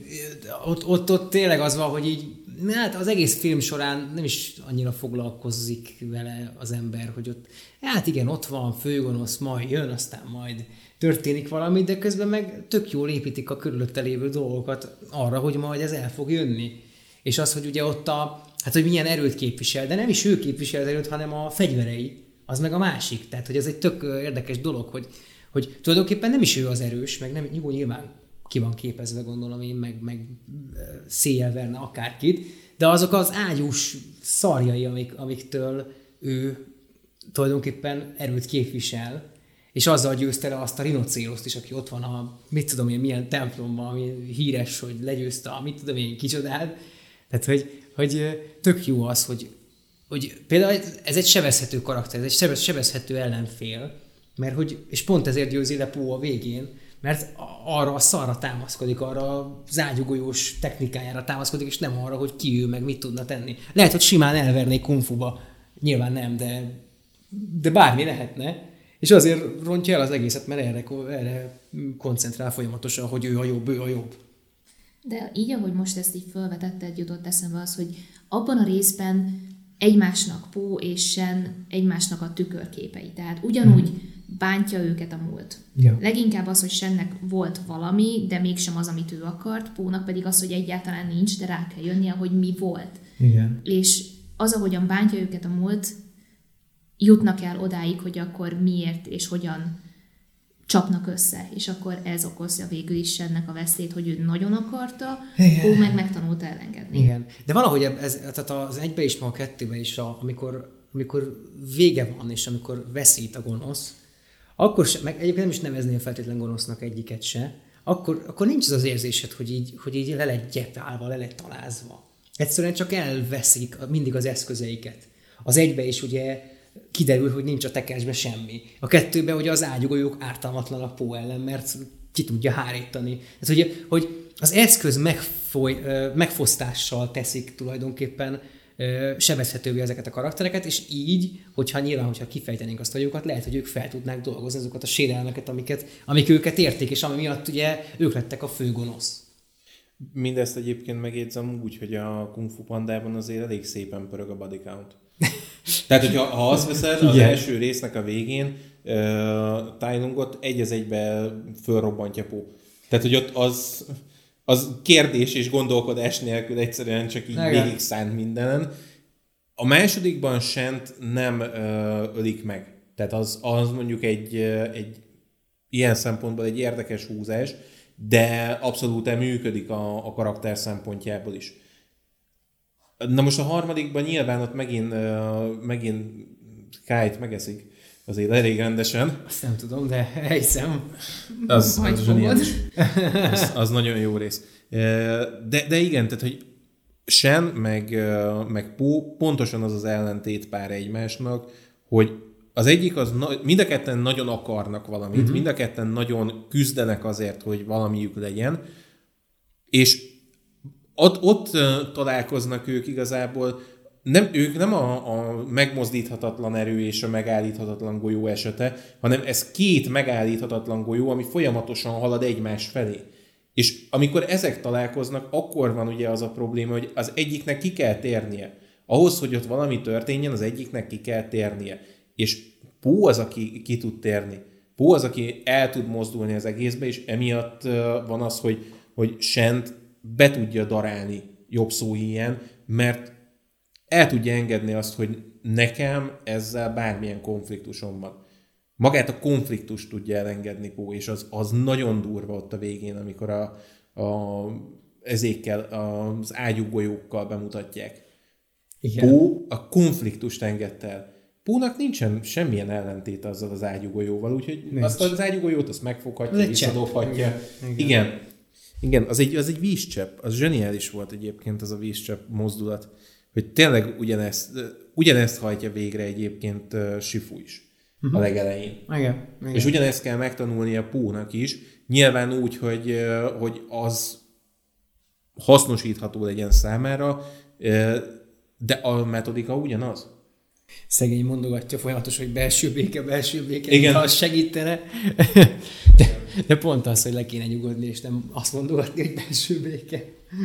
B: Ott tényleg az van, hogy így, hát az egész film során nem is annyira foglalkozik vele az ember, hogy ott, hát igen, ott van, főgonosz, majd jön, aztán majd történik valami, de közben meg tök jól építik a körülötte lévő dolgokat arra, hogy majd ez el fog jönni. És az, hogy ugye ott hát hogy milyen erőt képvisel, de nem is ő képvisel erőt, hanem a fegyverei, az meg a másik. Tehát, hogy ez egy tök érdekes dolog, hogy tulajdonképpen nem is ő az erős, meg nem, nyilván ki van képezve, gondolom én, meg széjjel verne akárkit, de azok az ágyús szarjai, amiktől ő tulajdonképpen erőt képvisel, és azzal győzte le azt a rinocéroszt is, aki ott van a, mit tudom én, milyen templomban, ami híres, hogy legyőzte a, mit tudom én, kicsodát. Tehát, hogy tök jó az, hogy például ez egy sebezhető karakter, ez egy sebezhető ellenfél, mert és pont ezért győzi le Poe a végén, mert arra a szarra támaszkodik, arra az ágyúgolyós technikájára támaszkodik, és nem arra, hogy ki ő, meg mit tudna tenni. Lehet, hogy simán elvernék kungfuba, nyilván nem, de bármi lehetne, és azért rontja el az egészet, mert erre koncentrál folyamatosan, hogy ő a jobb.
C: De így, ahogy most ezt így felvetetted, jutott eszembe az, hogy abban a részben egymásnak Poe és Shen egymásnak a tükörképei. Tehát ugyanúgy bántja őket a múlt.
B: Ja.
C: Leginkább az, hogy Shennek volt valami, de mégsem az, amit ő akart, Poe-nak pedig az, hogy egyáltalán nincs, de rá kell jönnie, hogy mi volt.
B: Igen.
C: És az, ahogyan bántja őket a múlt, jutnak el odáig, hogy akkor miért és hogyan csapnak össze, és akkor ez okozja végül is ennek a veszélyt, hogy ő nagyon akarta, ő meg megtanulta elengedni.
B: Igen. De valahogy tehát az egybe is, a kettőben is, amikor vége van, és amikor veszít a gonosz, akkor meg egyébként nem is nevezném feltétlen gonosznak egyiket se, akkor nincs az érzésed, hogy így le lett gyepálva, le lett talázva. Egyszerűen csak elveszik mindig az eszközeiket. Az egybe is ugye kiderül, hogy nincs a tekercsben semmi. A kettőben ugye az ágyúgolyók ártalmatlan a Poe ellen, mert ki tudja hárítani. Ez ugye, hogy az eszköz megfosztással teszik tulajdonképpen sebezhetővé ezeket a karaktereket, és így, hogyha kifejtenénk azt a jókat, lehet, hogy ők fel tudnák dolgozni azokat a sérelmeket, amik őket érték, és ami miatt ugye ők lettek a főgonosz.
A: Mindezt egyébként megjegyzem úgy, hogy a Kung Fu Pandában azért elég szépen pörög a body count. Tehát, hogyha azt veszed, az első résznek a végén Tai Lungot egy az egybe fölrobbantja Poe. Tehát, hogy ott az kérdés és gondolkodás nélkül egyszerűen csak így végig szánt mindenen. A másodikban Shent nem ölik meg. Tehát az mondjuk egy ilyen szempontból egy érdekes húzás, de abszolút működik a karakter szempontjából is. Na most a harmadikban nyilván ott megint Kite megeszik azért elég rendesen.
B: Azt nem tudom, de hiszem.
A: Az nagyon jó rész. De igen, tehát hogy Shen meg Poe pontosan az ellentétpár egymásnak, hogy az egyik mind a ketten nagyon akarnak valamit, mind a ketten nagyon küzdenek azért, hogy valamiük legyen, és ott találkoznak ők igazából, ők nem a megmozdíthatatlan erő és a megállíthatatlan golyó esete, hanem ez két megállíthatatlan golyó, ami folyamatosan halad egymás felé. És amikor ezek találkoznak, akkor van ugye az a probléma, hogy az egyiknek ki kell térnie. Ahhoz, hogy ott valami történjen, az egyiknek ki kell térnie. És Poe az, aki ki tud térni. Poe az, aki el tud mozdulni az egészbe, és emiatt van az, hogy Shent be tudja darálni jobb szó híján, mert el tudja engedni azt, hogy nekem ezzel bármilyen konfliktusom van. Magát a konfliktust tudja elengedni Poe, és az nagyon durva ott a végén, amikor ezékkel, az ágyúgolyókkal bemutatják. Igen. Poe a konfliktust engedte el. Poe-nak nincsen semmilyen ellentét azzal az ágyúgolyóval, úgyhogy azt az ágyúgolyót azt megfoghatja, visszadobhatja. Igen, az egy vízcsepp. Az zseniális volt egyébként az a vízcsepp mozdulat, hogy tényleg ugyanezt hajtja végre egyébként Shifu is a legelején.
B: Igen.
A: És ugyanezt kell megtanulnia Poe-nak is, nyilván úgy, hogy az hasznosítható legyen számára, de a metodika ugyanaz.
B: Szegény mondogatja folyamatos, hogy belső béke,
A: igen.
B: ha segítene. De pont az, hogy le kéne nyugodni, és nem azt mondogatni, hogy belső béke.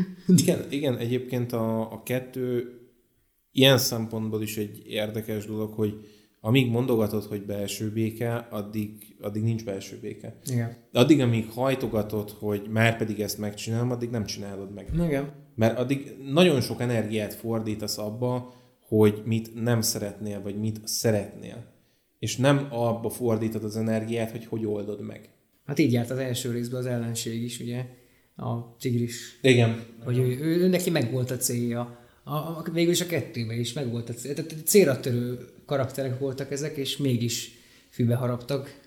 A: Igen, egyébként a kettő ilyen szempontból is egy érdekes dolog, hogy amíg mondogatod, hogy belső béke, addig nincs belső béke.
B: Igen.
A: Addig, amíg hajtogatod, hogy már pedig ezt megcsinálom, addig nem csinálod meg.
B: Igen.
A: Mert addig nagyon sok energiát fordítasz abba, hogy mit nem szeretnél, vagy mit szeretnél. És nem abba fordítod az energiát, hogy oldod meg.
B: Hát így járt az első részben az ellenség is, ugye, a tigris.
A: Igen.
B: Hogy ő neki megvolt a célja. Végül is a kettőben is megvolt a célja. Tehát célra törő karakterek voltak ezek, és mégis fűbe haraptak.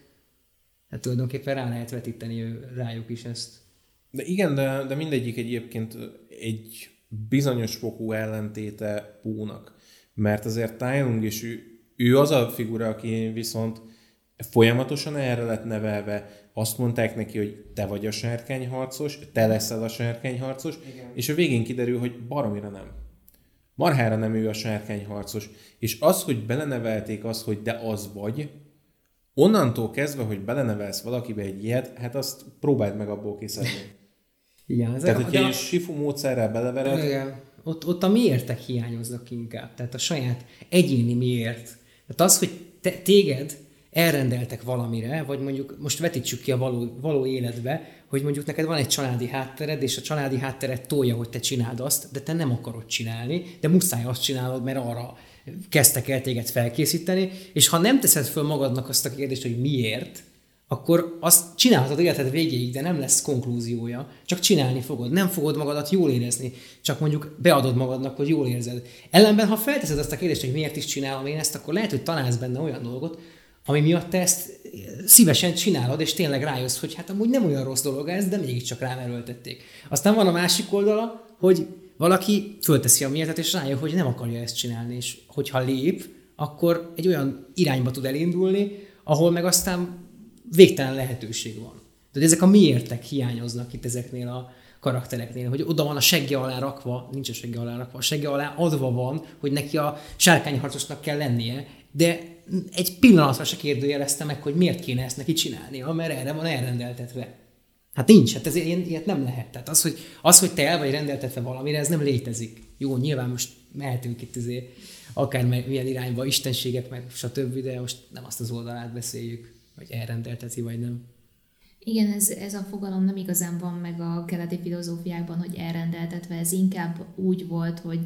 B: Hát tulajdonképpen rá lehet vetíteni rájuk is ezt.
A: De igen, de mindegyik egyébként egy bizonyos fokú ellentéte Pónak. Mert azért Tai Lung is ő az a figura, aki viszont folyamatosan erre lett nevelve. Azt mondták neki, hogy te vagy a sárkányharcos, te leszel a sárkányharcos, igen. És a végén kiderül, hogy baromira nem. Marhára nem ő a sárkányharcos. És az, hogy belenevelték azt, hogy de az vagy, onnantól kezdve, hogy belenevelsz valakibe egy ilyet, hát azt próbáld meg abból kiszedni.
B: Igen,
A: tehát, hogyha egy Shifu módszerrel belevered...
B: Igen. Ott a miértek hiányoznak inkább. Tehát a saját egyéni miért. Tehát az, hogy téged elrendeltek valamire, vagy mondjuk most vetítsük ki a való életbe, hogy mondjuk neked van egy családi háttered, és a családi háttered tolja, hogy te csináld azt, de te nem akarod csinálni, de muszáj azt csinálod, mert arra kezdtek el téged felkészíteni, és ha nem teszed föl magadnak azt a kérdést, hogy miért, akkor azt csinálhatod életed végéig, de nem lesz konklúziója. Csak csinálni fogod. Nem fogod magadat jól érezni. Csak mondjuk beadod magadnak, hogy jól érzed. Ellenben, ha felteszed azt a kérdést, hogy miért is csinálom én ezt, akkor lehet, hogy találsz benne olyan dolgot, ami miatt te ezt szívesen csinálod, és tényleg rájössz, hogy hát amúgy nem olyan rossz dolog ez, de mégiscsak rám erőltették. Aztán van a másik oldala, hogy valaki fölteszi a miértet, és rájön, hogy nem akarja ezt csinálni, és hogyha lép, akkor egy olyan irányba tud elindulni, ahol meg aztán végtelen lehetőség van. Tehát ezek a miértek hiányoznak itt ezeknél a karaktereknél, hogy oda van a segge alá rakva, nincs a segge alá rakva, a segge alá adva van, hogy neki a sárkányharcosnak kell lennie, de egy pillanatra se kérdőjelezte meg, hogy miért kéne ezt neki csinálnia, mert erre van elrendeltetve. Hát nincs, hát ez ilyet nem lehet. Tehát az, hogy te el vagy rendeltetve valamire, ez nem létezik. Jó, nyilván most mehetünk itt akár milyen irányba, istenségek, meg stb., de most nem azt az oldalát beszéljük, hogy elrendelteti, vagy nem.
C: Igen, ez a fogalom nem igazán van meg a keleti filozófiákban, hogy elrendeltetve, ez inkább úgy volt, hogy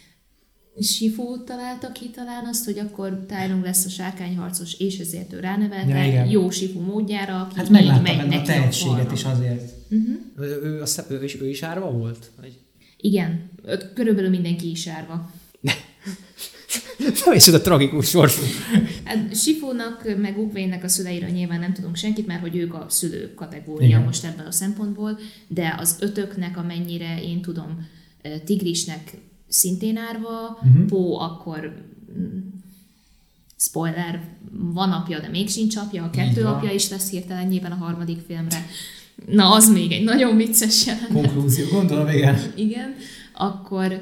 C: Shifu találta ki talán azt, hogy akkor Tai Lung lesz a sárkányharcos, és ezért ő ránevelte jó Shifu módjára, aki
B: hát így megy neki a tehetséget is azért. Ő is árva volt? Vagy?
C: Igen, körülbelül mindenki is árva.
B: És ez a tragikus sors.
C: Hát Shifunak, meg Ugwénnek a szüleiről nyilván nem tudunk senkit, mert hogy ők a szülők kategória most ebben a szempontból, de az ötöknek, amennyire én tudom, Tigrisnek szintén árva, Po akkor spoiler, van apja, de még sincs apja, a kettő apja is lesz hirtelen nyilván a harmadik filmre. Na, az még egy nagyon vicces jelenet.
B: Konklúzió, gondolom, igen.
C: Igen, akkor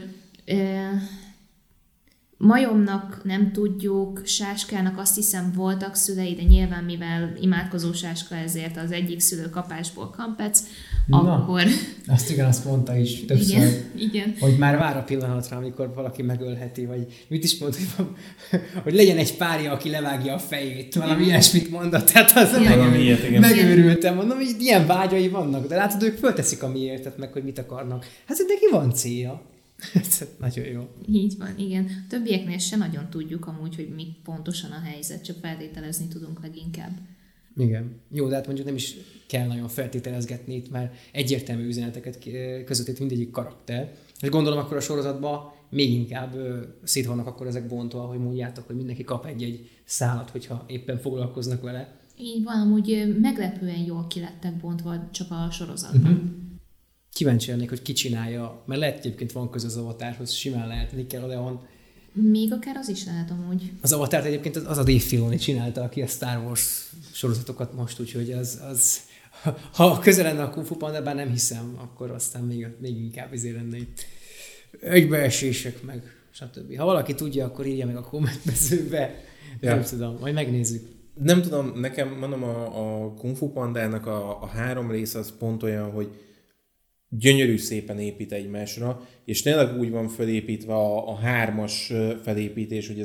C: Majomnak nem tudjuk, Sáskának azt hiszem voltak szülei, de nyilván mivel imádkozó Sáska, ezért az egyik szülő kapásból kampec, akkor...
B: Azt igen, azt mondta is többször.
C: Igen.
B: Hogy már vár a pillanatra, amikor valaki megölheti, vagy mit is mond, hogy legyen egy párja, aki levágja a fejét. Valami ilyesmit mondott, tehát az megőrültem, mondom, hogy ilyen vágyai vannak, de látod, ők fölteszik a miértet meg, hogy mit akarnak. Hát neki van célja. Ez nagyon jó.
C: Így van, igen. Többieknél se nagyon tudjuk amúgy, hogy mi pontosan a helyzet, csak feltételezni tudunk leginkább.
B: Igen. Jó, de hát mondjuk nem is kell nagyon feltételezgetni itt, mert egyértelmű üzeneteket közvetít mindegyik karakter. És gondolom akkor a sorozatban még inkább szét vannak akkor ezek bontva, hogy mondjátok, hogy mindenki kap egy szálat, hogyha éppen foglalkoznak vele.
C: Így van, amúgy meglepően jól ki lettek bontva csak a sorozatban.
B: Kíváncsi lennék, hogy ki csinálja, mert lehet egyébként van köze az Avatarhoz, simán lehet, Nickelodeon.
C: Még akár az is lehet amúgy.
B: Az Avatárt egyébként az a Dave Filoni csinálta, aki a Star Wars sorozatokat most, úgyhogy az ha közel lenne a Kung Fu Panda, bár nem hiszem, akkor aztán még inkább izé lenne itt egybeesések meg, stb. Ha valaki tudja, akkor írja meg a kommentmezőbe. Nem tudom, majd megnézzük.
A: Nem tudom, nekem mondom a Kung Fu Pandának a 3 rész az pont olyan, hogy gyönyörű szépen épít egymásra, és tényleg úgy van felépítve a 3-as felépítés, hogy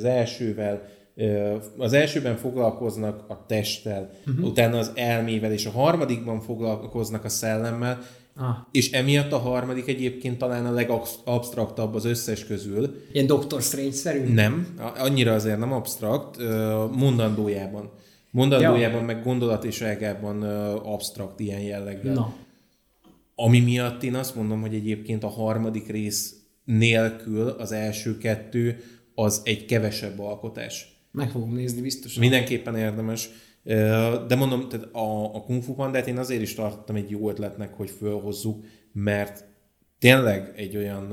A: az elsőben foglalkoznak a testtel, utána az elmével, és a harmadikban foglalkoznak a szellemmel, és emiatt a harmadik egyébként talán a legabsztraktabb az összes közül.
B: Ilyen Doctor Strange-szerű?
A: Nem, annyira azért nem absztrakt, mondandójában. Mondandójában, meg gondolat és ágában absztrakt ilyen jelleggel.
B: Na.
A: Ami miatt én azt mondom, hogy egyébként a harmadik rész nélkül az első 2 az egy kevesebb alkotás.
B: Meg fogom nézni biztosan.
A: Mindenképpen érdemes. De mondom, tehát a Kung Fu Pandát én azért is tartottam egy jó ötletnek, hogy fölhozzuk, mert tényleg egy olyan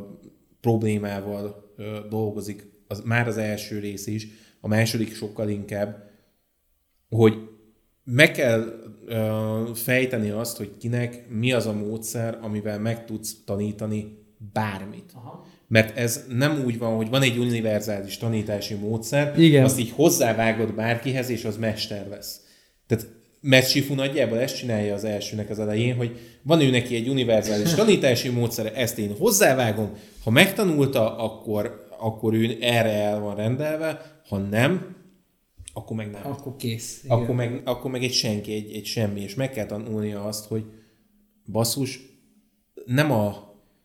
A: problémával dolgozik, már az első rész is, a második sokkal inkább, hogy meg kell fejteni azt, hogy kinek mi az a módszer, amivel meg tudsz tanítani bármit. Aha. Mert ez nem úgy van, hogy van egy univerzális tanítási módszer, igen, azt így hozzávágod bárkihez, és az mester lesz. Tehát Matt Shifu nagyjából ezt csinálja az elsőnek az elején, hogy van ő neki egy univerzális tanítási módszer, ezt én hozzávágom, ha megtanulta, akkor ő erre el van rendelve, ha nem, akkor meg nem.
B: Akkor kész.
A: Akkor meg egy senki, egy semmi, és meg kell tanulnia azt, hogy basszus, nem a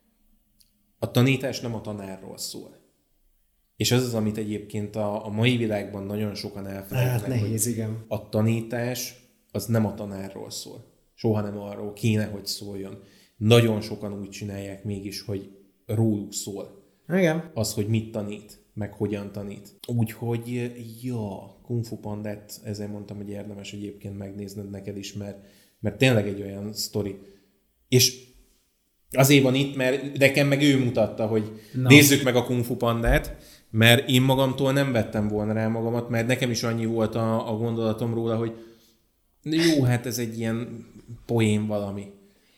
A: tanítás nem a tanárról szól. És ez az, amit egyébként a mai világban nagyon sokan elfelejtenek.
B: Hát nehéz, igen.
A: A tanítás az nem a tanárról szól. Soha nem arról kéne, hogy szóljon. Nagyon sokan úgy csinálják mégis, hogy róluk szól.
B: Igen.
A: Az, hogy mit tanít, meg hogyan tanít. Úgyhogy, Kung Fu Pandát, ezért mondtam, hogy érdemes egyébként megnézned neked is, mert tényleg egy olyan sztori. És azért van itt, mert nekem meg ő mutatta, hogy nézzük meg a Kung Fu Pandát, mert én magamtól nem vettem volna rá magamat, mert nekem is annyi volt a gondolatom róla, hogy jó, hát ez egy ilyen poén valami.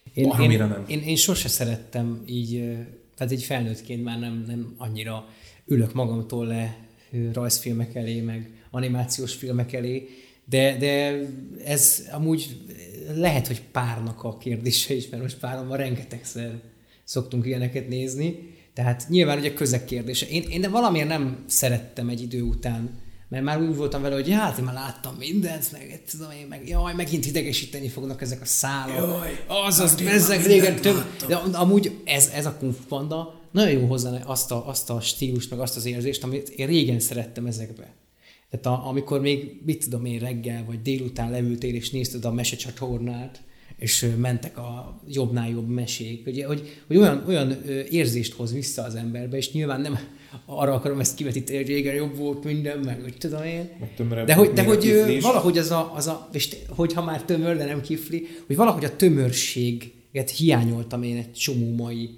B: Én sose szerettem így, tehát egy felnőttként már nem annyira ülök magamtól le rajzfilmek elé, meg animációs filmek elé, de ez amúgy lehet, hogy párnak a kérdése is, mert most párommal rengetegszer szoktunk ilyeneket nézni, tehát nyilván ugye közeg kérdése. Én de valamiért nem szerettem egy idő után, mert már úgy voltam vele, hogy hát én már láttam mindent, meg tudom én, megint idegesíteni fognak ezek a szálak. Ezek régen több. De amúgy ez a Kung Fu Panda nagyon jó hozzá azt a stílust, meg azt az érzést, amit én régen szerettem ezekbe. Tehát amikor még, mit tudom én, reggel vagy délután leültél és nézted a mesecsatornát, és mentek a jobbnál jobb mesék, ugye, hogy olyan érzést hoz vissza az emberbe, és nyilván nem arra akarom ezt kivetíteni, hogy régen jobb volt minden, meg hogy tudom én. De hogy valahogy és hogyha már tömör, de nem kifli, hogy valahogy a tömörséget hiányoltam én egy csomó mai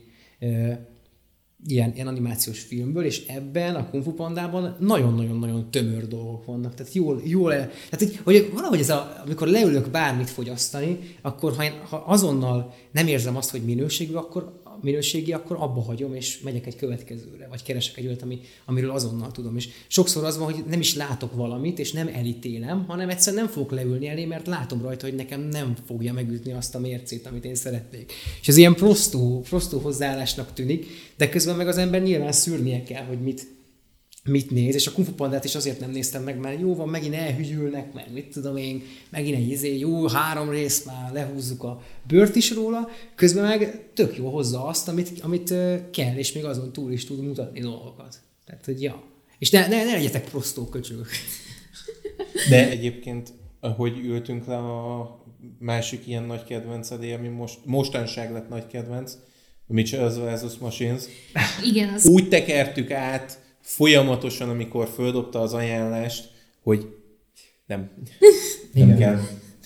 B: ilyen animációs filmből, és ebben a Kung Fu Pandában nagyon-nagyon-nagyon tömör dolgok vannak. Tehát tehát hogy valahogy amikor leülök bármit fogyasztani, akkor ha azonnal nem érzem azt, hogy minőségi, akkor abba hagyom, és megyek egy következőre, vagy keresek egy olyat, amiről azonnal tudom. És sokszor az van, hogy nem is látok valamit, és nem elítélem, hanem egyszerűen nem fogok leülni elé, mert látom rajta, hogy nekem nem fogja megütni azt a mércét, amit én szeretnék. És ez ilyen prostó hozzáállásnak tűnik, de közben meg az ember nyilván szűrnie kell, hogy mit néz, és a Kung Fu Pandát is azért nem néztem meg, mert jó van, megint elhügyülnek, meg mit tudom én, megint egy jó 3 rész, már lehúzzuk a bőrt is róla, közben meg tök jó hozza azt, amit kell, és még azon túl is tud mutatni dolgokat. Tehát, hogy És ne legyetek prostó köcsögök.
A: De egyébként, ahogy ültünk le a másik ilyen nagy kedvencedé, ami mostanság lett nagy kedvenc, a Mitchell's vs. Machines.
C: Igen, az...
A: Úgy tekertük át folyamatosan, amikor földobta az ajánlást, hogy nem kell.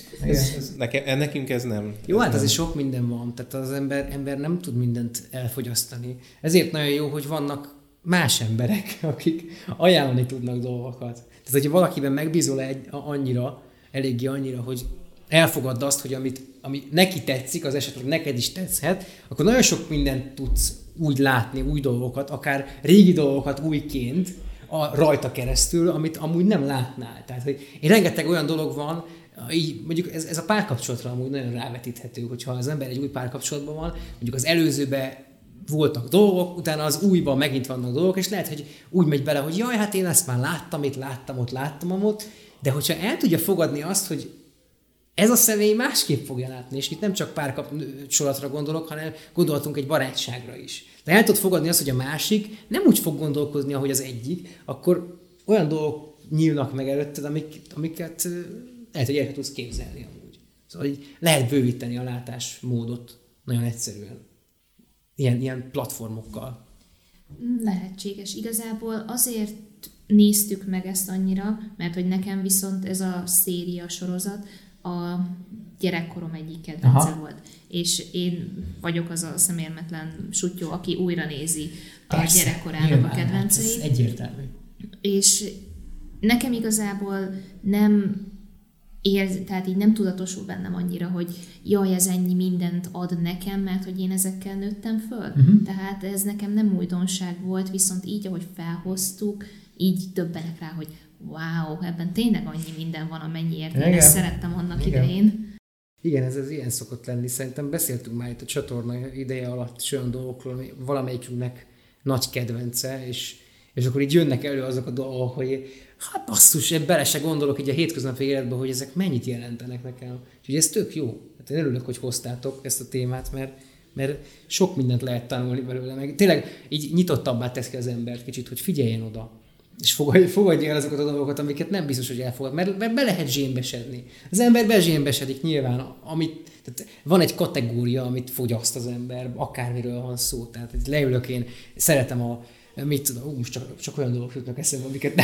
A: Nekünk ez nem.
B: Jó, hát azért sok minden van, tehát az ember nem tud mindent elfogyasztani. Ezért nagyon jó, hogy vannak más emberek, akik ajánlani tudnak dolgokat. Tehát, hogyha valakiben megbízol eléggé annyira, hogy elfogadd azt, hogy ami neki tetszik, az esetleg neked is tetszhet, akkor nagyon sok mindent tudsz úgy látni, új dolgokat, akár régi dolgokat újként, rajta keresztül, amit amúgy nem látnál. Tehát, hogy rengeteg olyan dolog van, így mondjuk ez a párkapcsolatra amúgy nagyon rávetíthető, hogyha az ember egy új párkapcsolatban van, mondjuk az előzőben voltak dolgok, utána az újban megint vannak dolgok, és lehet, hogy úgy megy bele, hogy jaj, hát én ezt már láttam, itt láttam, ott, de hogyha el tudja fogadni azt, hogy ez a személy másképp fogja látni, és itt nem csak párkapcsolatra gondolok, hanem gondolhatunk egy barátságra is. De el tudod fogadni azt, hogy a másik nem úgy fog gondolkozni, ahogy az egyik, akkor olyan dolgok nyílnak meg előtted, amiket lehet, hogy el tudsz képzelni amúgy. Szóval lehet bővíteni a látásmódot nagyon egyszerűen. Ilyen platformokkal.
C: Lehetséges. Igazából azért néztük meg ezt annyira, mert hogy nekem viszont ez a széria sorozat a gyerekkorom egyik kedvence volt. És én vagyok az a szemérmetlen sutyó, aki újra nézi a gyerekkorának a kedvenceit.
B: Ez egyértelmű.
C: És nekem igazából nem tehát így nem tudatosul bennem annyira, hogy jaj, ez ennyi mindent ad nekem, mert hogy én ezekkel nőttem föl. Tehát ez nekem nem újdonság volt, viszont így, ahogy felhoztuk, így döbbenek rá, hogy wow, ebben tényleg annyi minden van, amennyiért én ezt szerettem annak idején.
B: Igen, ez ilyen szokott lenni. Szerintem beszéltünk már itt a csatorna ideje alatt is olyan dolgokról, ami valamelyikünknek nagy kedvence, és akkor így jönnek elő azok a dolgok, hogy hát basszus, bele se gondolok így a hétköznapi életben, hogy ezek mennyit jelentenek nekem. Úgyhogy ez tök jó. Hát én örülök, hogy hoztátok ezt a témát, mert sok mindent lehet tanulni belőle. Meg tényleg így nyitottabbá teszi az embert kicsit, hogy figyeljen oda. És fogadja el azokat a dolgokat, amiket nem biztos, hogy elfogad. Mert be lehet zsémbesedni. Az ember bezsémbesedik nyilván, tehát van egy kategória, amit fogyaszt az ember, akármiről van szó. Tehát leülök én, szeretem mit tudom, most csak olyan dolgok jutnak eszembe, amiket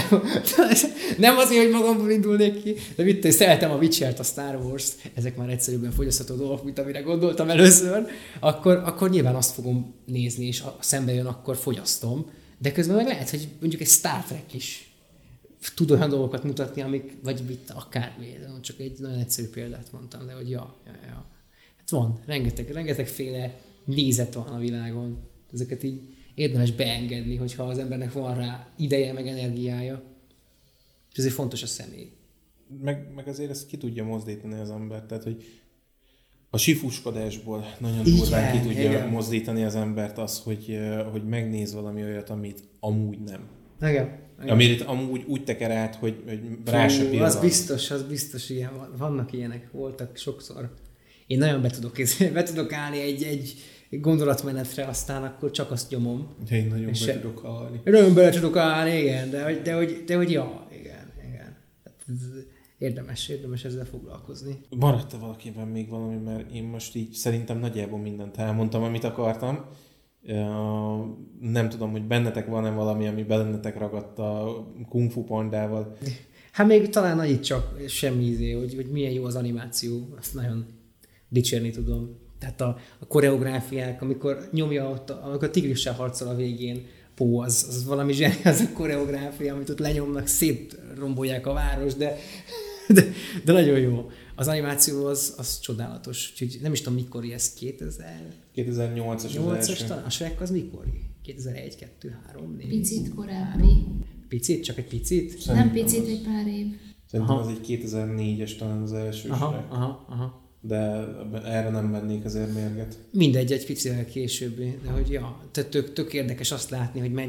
B: nem azért, hogy magamból indulnék ki, de szeretem a Witcher-t, a Star Wars-t, ezek már egyszerűbben fogyasztható dolgok, mint amire gondoltam először, akkor nyilván azt fogom nézni, és szembe jön, akkor fogyasztom. De közben meg lehet, hogy mondjuk egy Star Trek is tud olyan dolgokat mutatni, vagy mit, akármi. Csak egy nagyon egyszerű példát mondtam, de hogy ja. Hát van, rengetegféle nézet van a világon. Ezeket így érdemes beengedni, hogyha az embernek van rá ideje, meg energiája. És ezért fontos a személy.
A: Meg azért ezt ki tudja mozdítani az ember. Tehát, hogy a sifuskodásból nagyon durván ki tudja mozdítani az embert az, hogy megnéz valami olyat, amit amúgy nem.
B: Igen.
A: Amit amúgy úgy teker át, hogy rá se pillanat.
B: Az biztos ilyen. Vannak ilyenek, voltak sokszor. Én nagyon be tudok állni egy gondolatmenetre, aztán akkor csak azt nyomom.
A: Én nagyon be tudok állni.
B: Nagyon bele tudok állni, igen, de hogy ja, igen. Érdemes ezzel foglalkozni.
A: Maradt-e valakiben még valami, mert én most így szerintem nagyjából mindent elmondtam, amit akartam. Nem tudom, hogy bennetek van-e valami, ami bennetek ragadt a Kung Fu Pandával.
B: Hát még talán annyit csak semmi hogy milyen jó az animáció, azt nagyon dicsérni tudom. Tehát a koreográfiák, amikor nyomja ott, amikor a tigrissel harcol a végén, az valami zseni, az a koreográfia, amit ott lenyomnak, szétrombolják a város, de nagyon jó. Az animáció az csodálatos. Úgyhogy nem is tudom, mikor ez
A: 2008-as az első.
B: A Shrek az mikor? 2001, 2, 3, 4?
C: Picit korábbi.
B: Picit? Csak egy picit?
C: Szerintem nem picit, egy pár év.
A: Szerintem az egy 2004-es talán az első Shrek.
B: Aha. De
A: erre nem vennék azért mérget.
B: Mindegy, egy picivel későbbi. De hogy tehát tök érdekes azt látni, hogy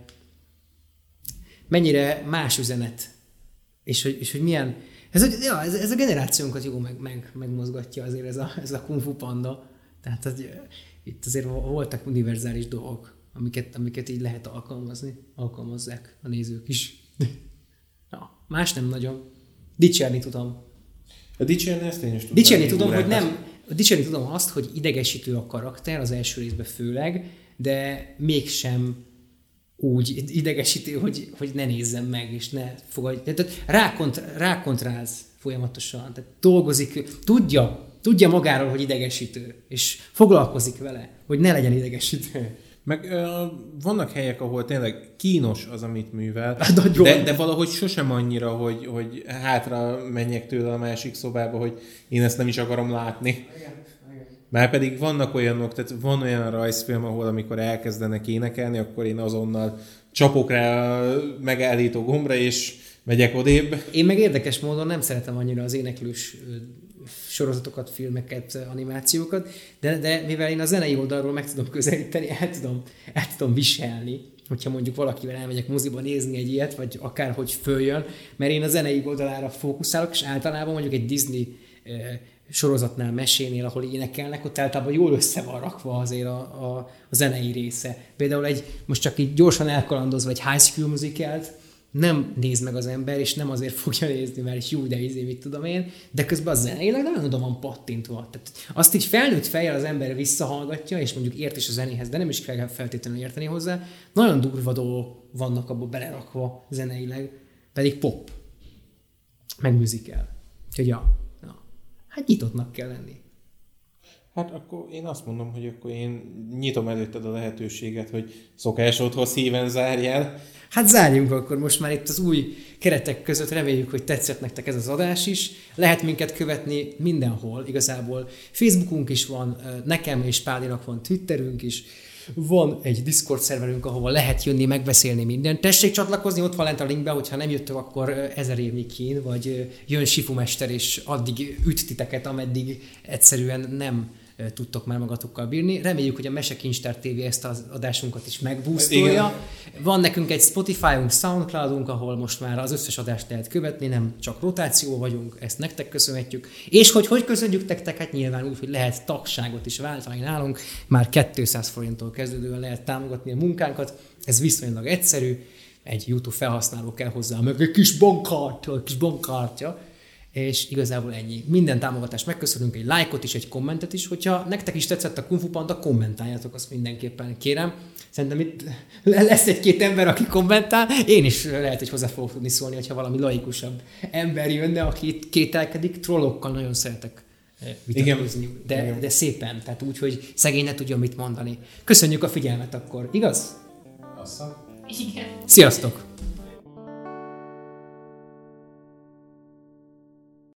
B: mennyire más üzenet. És hogy milyen... Ez a generációnkat jó megmozgatja azért ez a Kung Fu Panda. Tehát itt azért voltak univerzális dolgok, amiket így lehet alkalmazni. Alkalmazzák a nézők is. Más nem nagyon. Dicsérni tudom.
A: Dicsérni ezt én is tudom.
B: Dicsérni tudom azt, hogy idegesítő a karakter, az első részben főleg, de mégsem úgy idegesítő, hogy ne nézzem meg, és ne fogadj. Tehát rákontráz folyamatosan. Tehát dolgozik, tudja magáról, hogy idegesítő, és foglalkozik vele, hogy ne legyen idegesítő.
A: Meg vannak helyek, ahol tényleg kínos az, amit művel, de valahogy sosem annyira, hogy hátra menjek tőle a másik szobába, hogy én ezt nem is akarom látni.
B: Igen.
A: Márpedig vannak olyanok, tehát van olyan rajzfilm, ahol amikor elkezdenek énekelni, akkor én azonnal csapok rá a megállító gombra, és megyek odébb.
B: Én meg érdekes módon nem szeretem annyira az éneklős sorozatokat, filmeket, animációkat, de mivel én a zenei oldalról meg tudom közelíteni, el tudom viselni, hogyha mondjuk valakivel elmegyek moziba nézni egy ilyet, vagy akárhogy följön, mert én a zenei oldalára fókuszálok, és általában mondjuk egy Disney sorozatnál, mesénél, ahol énekelnek, ott általában jól össze van rakva azért a zenei része. Például most csak így gyorsan elkalandozva egy High School Musicalt nem néz meg az ember, és nem azért fogja nézni, mert jó, de mit tudom én, de közben a zeneileg nagyon oda van pattintva. Tehát azt így felnőtt fejjel az ember visszahallgatja, és mondjuk ért is a zenéhez, de nem is kell feltétlenül érteni hozzá. Nagyon durva dolgok vannak abba belerakva zeneileg, pedig pop, meg musical. Úgyhogy hát nyitottnak kell lenni.
A: Hát akkor én azt mondom, hogy akkor én nyitom előtted a lehetőséget, hogy szokásodhoz híven zárjál.
B: Hát zárjunk akkor most már itt az új keretek között, reméljük, hogy tetszett nektek ez az adás is. Lehet minket követni mindenhol, igazából Facebookunk is van, nekem és Pálinak van Twitterünk is, van egy Discord szerverünk, ahova lehet jönni, megbeszélni mindent. Tessék csatlakozni, ott van lent a linkben, hogyha nem jöttök, akkor 1000 évig kín, vagy jön Sifumester, és addig üt titeket, ameddig egyszerűen nem tudtok már magatokkal bírni. Reméljük, hogy a Mesekincstár TV ezt az adásunkat is megboostolja. Van nekünk egy Spotify-unk, Soundcloud-unk, ahol most már az összes adást lehet követni, nem csak rotáció vagyunk, ezt nektek köszönhetjük. És hogy köszönjük nektek, hát nyilván úgy, hogy lehet tagságot is váltani nálunk, már 200 forinttól kezdődően lehet támogatni a munkánkat, ez viszonylag egyszerű, egy YouTube felhasználó kell hozzá, meg egy kis bankkártya, és igazából ennyi. Minden támogatást megköszönünk, egy lájkot is, egy kommentet is. Hogyha nektek is tetszett a Kung Fu Panda, kommentáljátok, azt mindenképpen kérem. Szerintem itt lesz egy-két ember, aki kommentál. Én is lehet, hogy hozzá fogok tudni szólni, hogyha valami laikusabb ember jönne, aki itt kételkedik. Trollokkal nagyon szeretek vitatkozni, de szépen, tehát úgy, hogy szegény ne tudjon mit mondani. Köszönjük a figyelmet akkor, igaz?
A: Asszal.
C: Igen.
B: Sziasztok!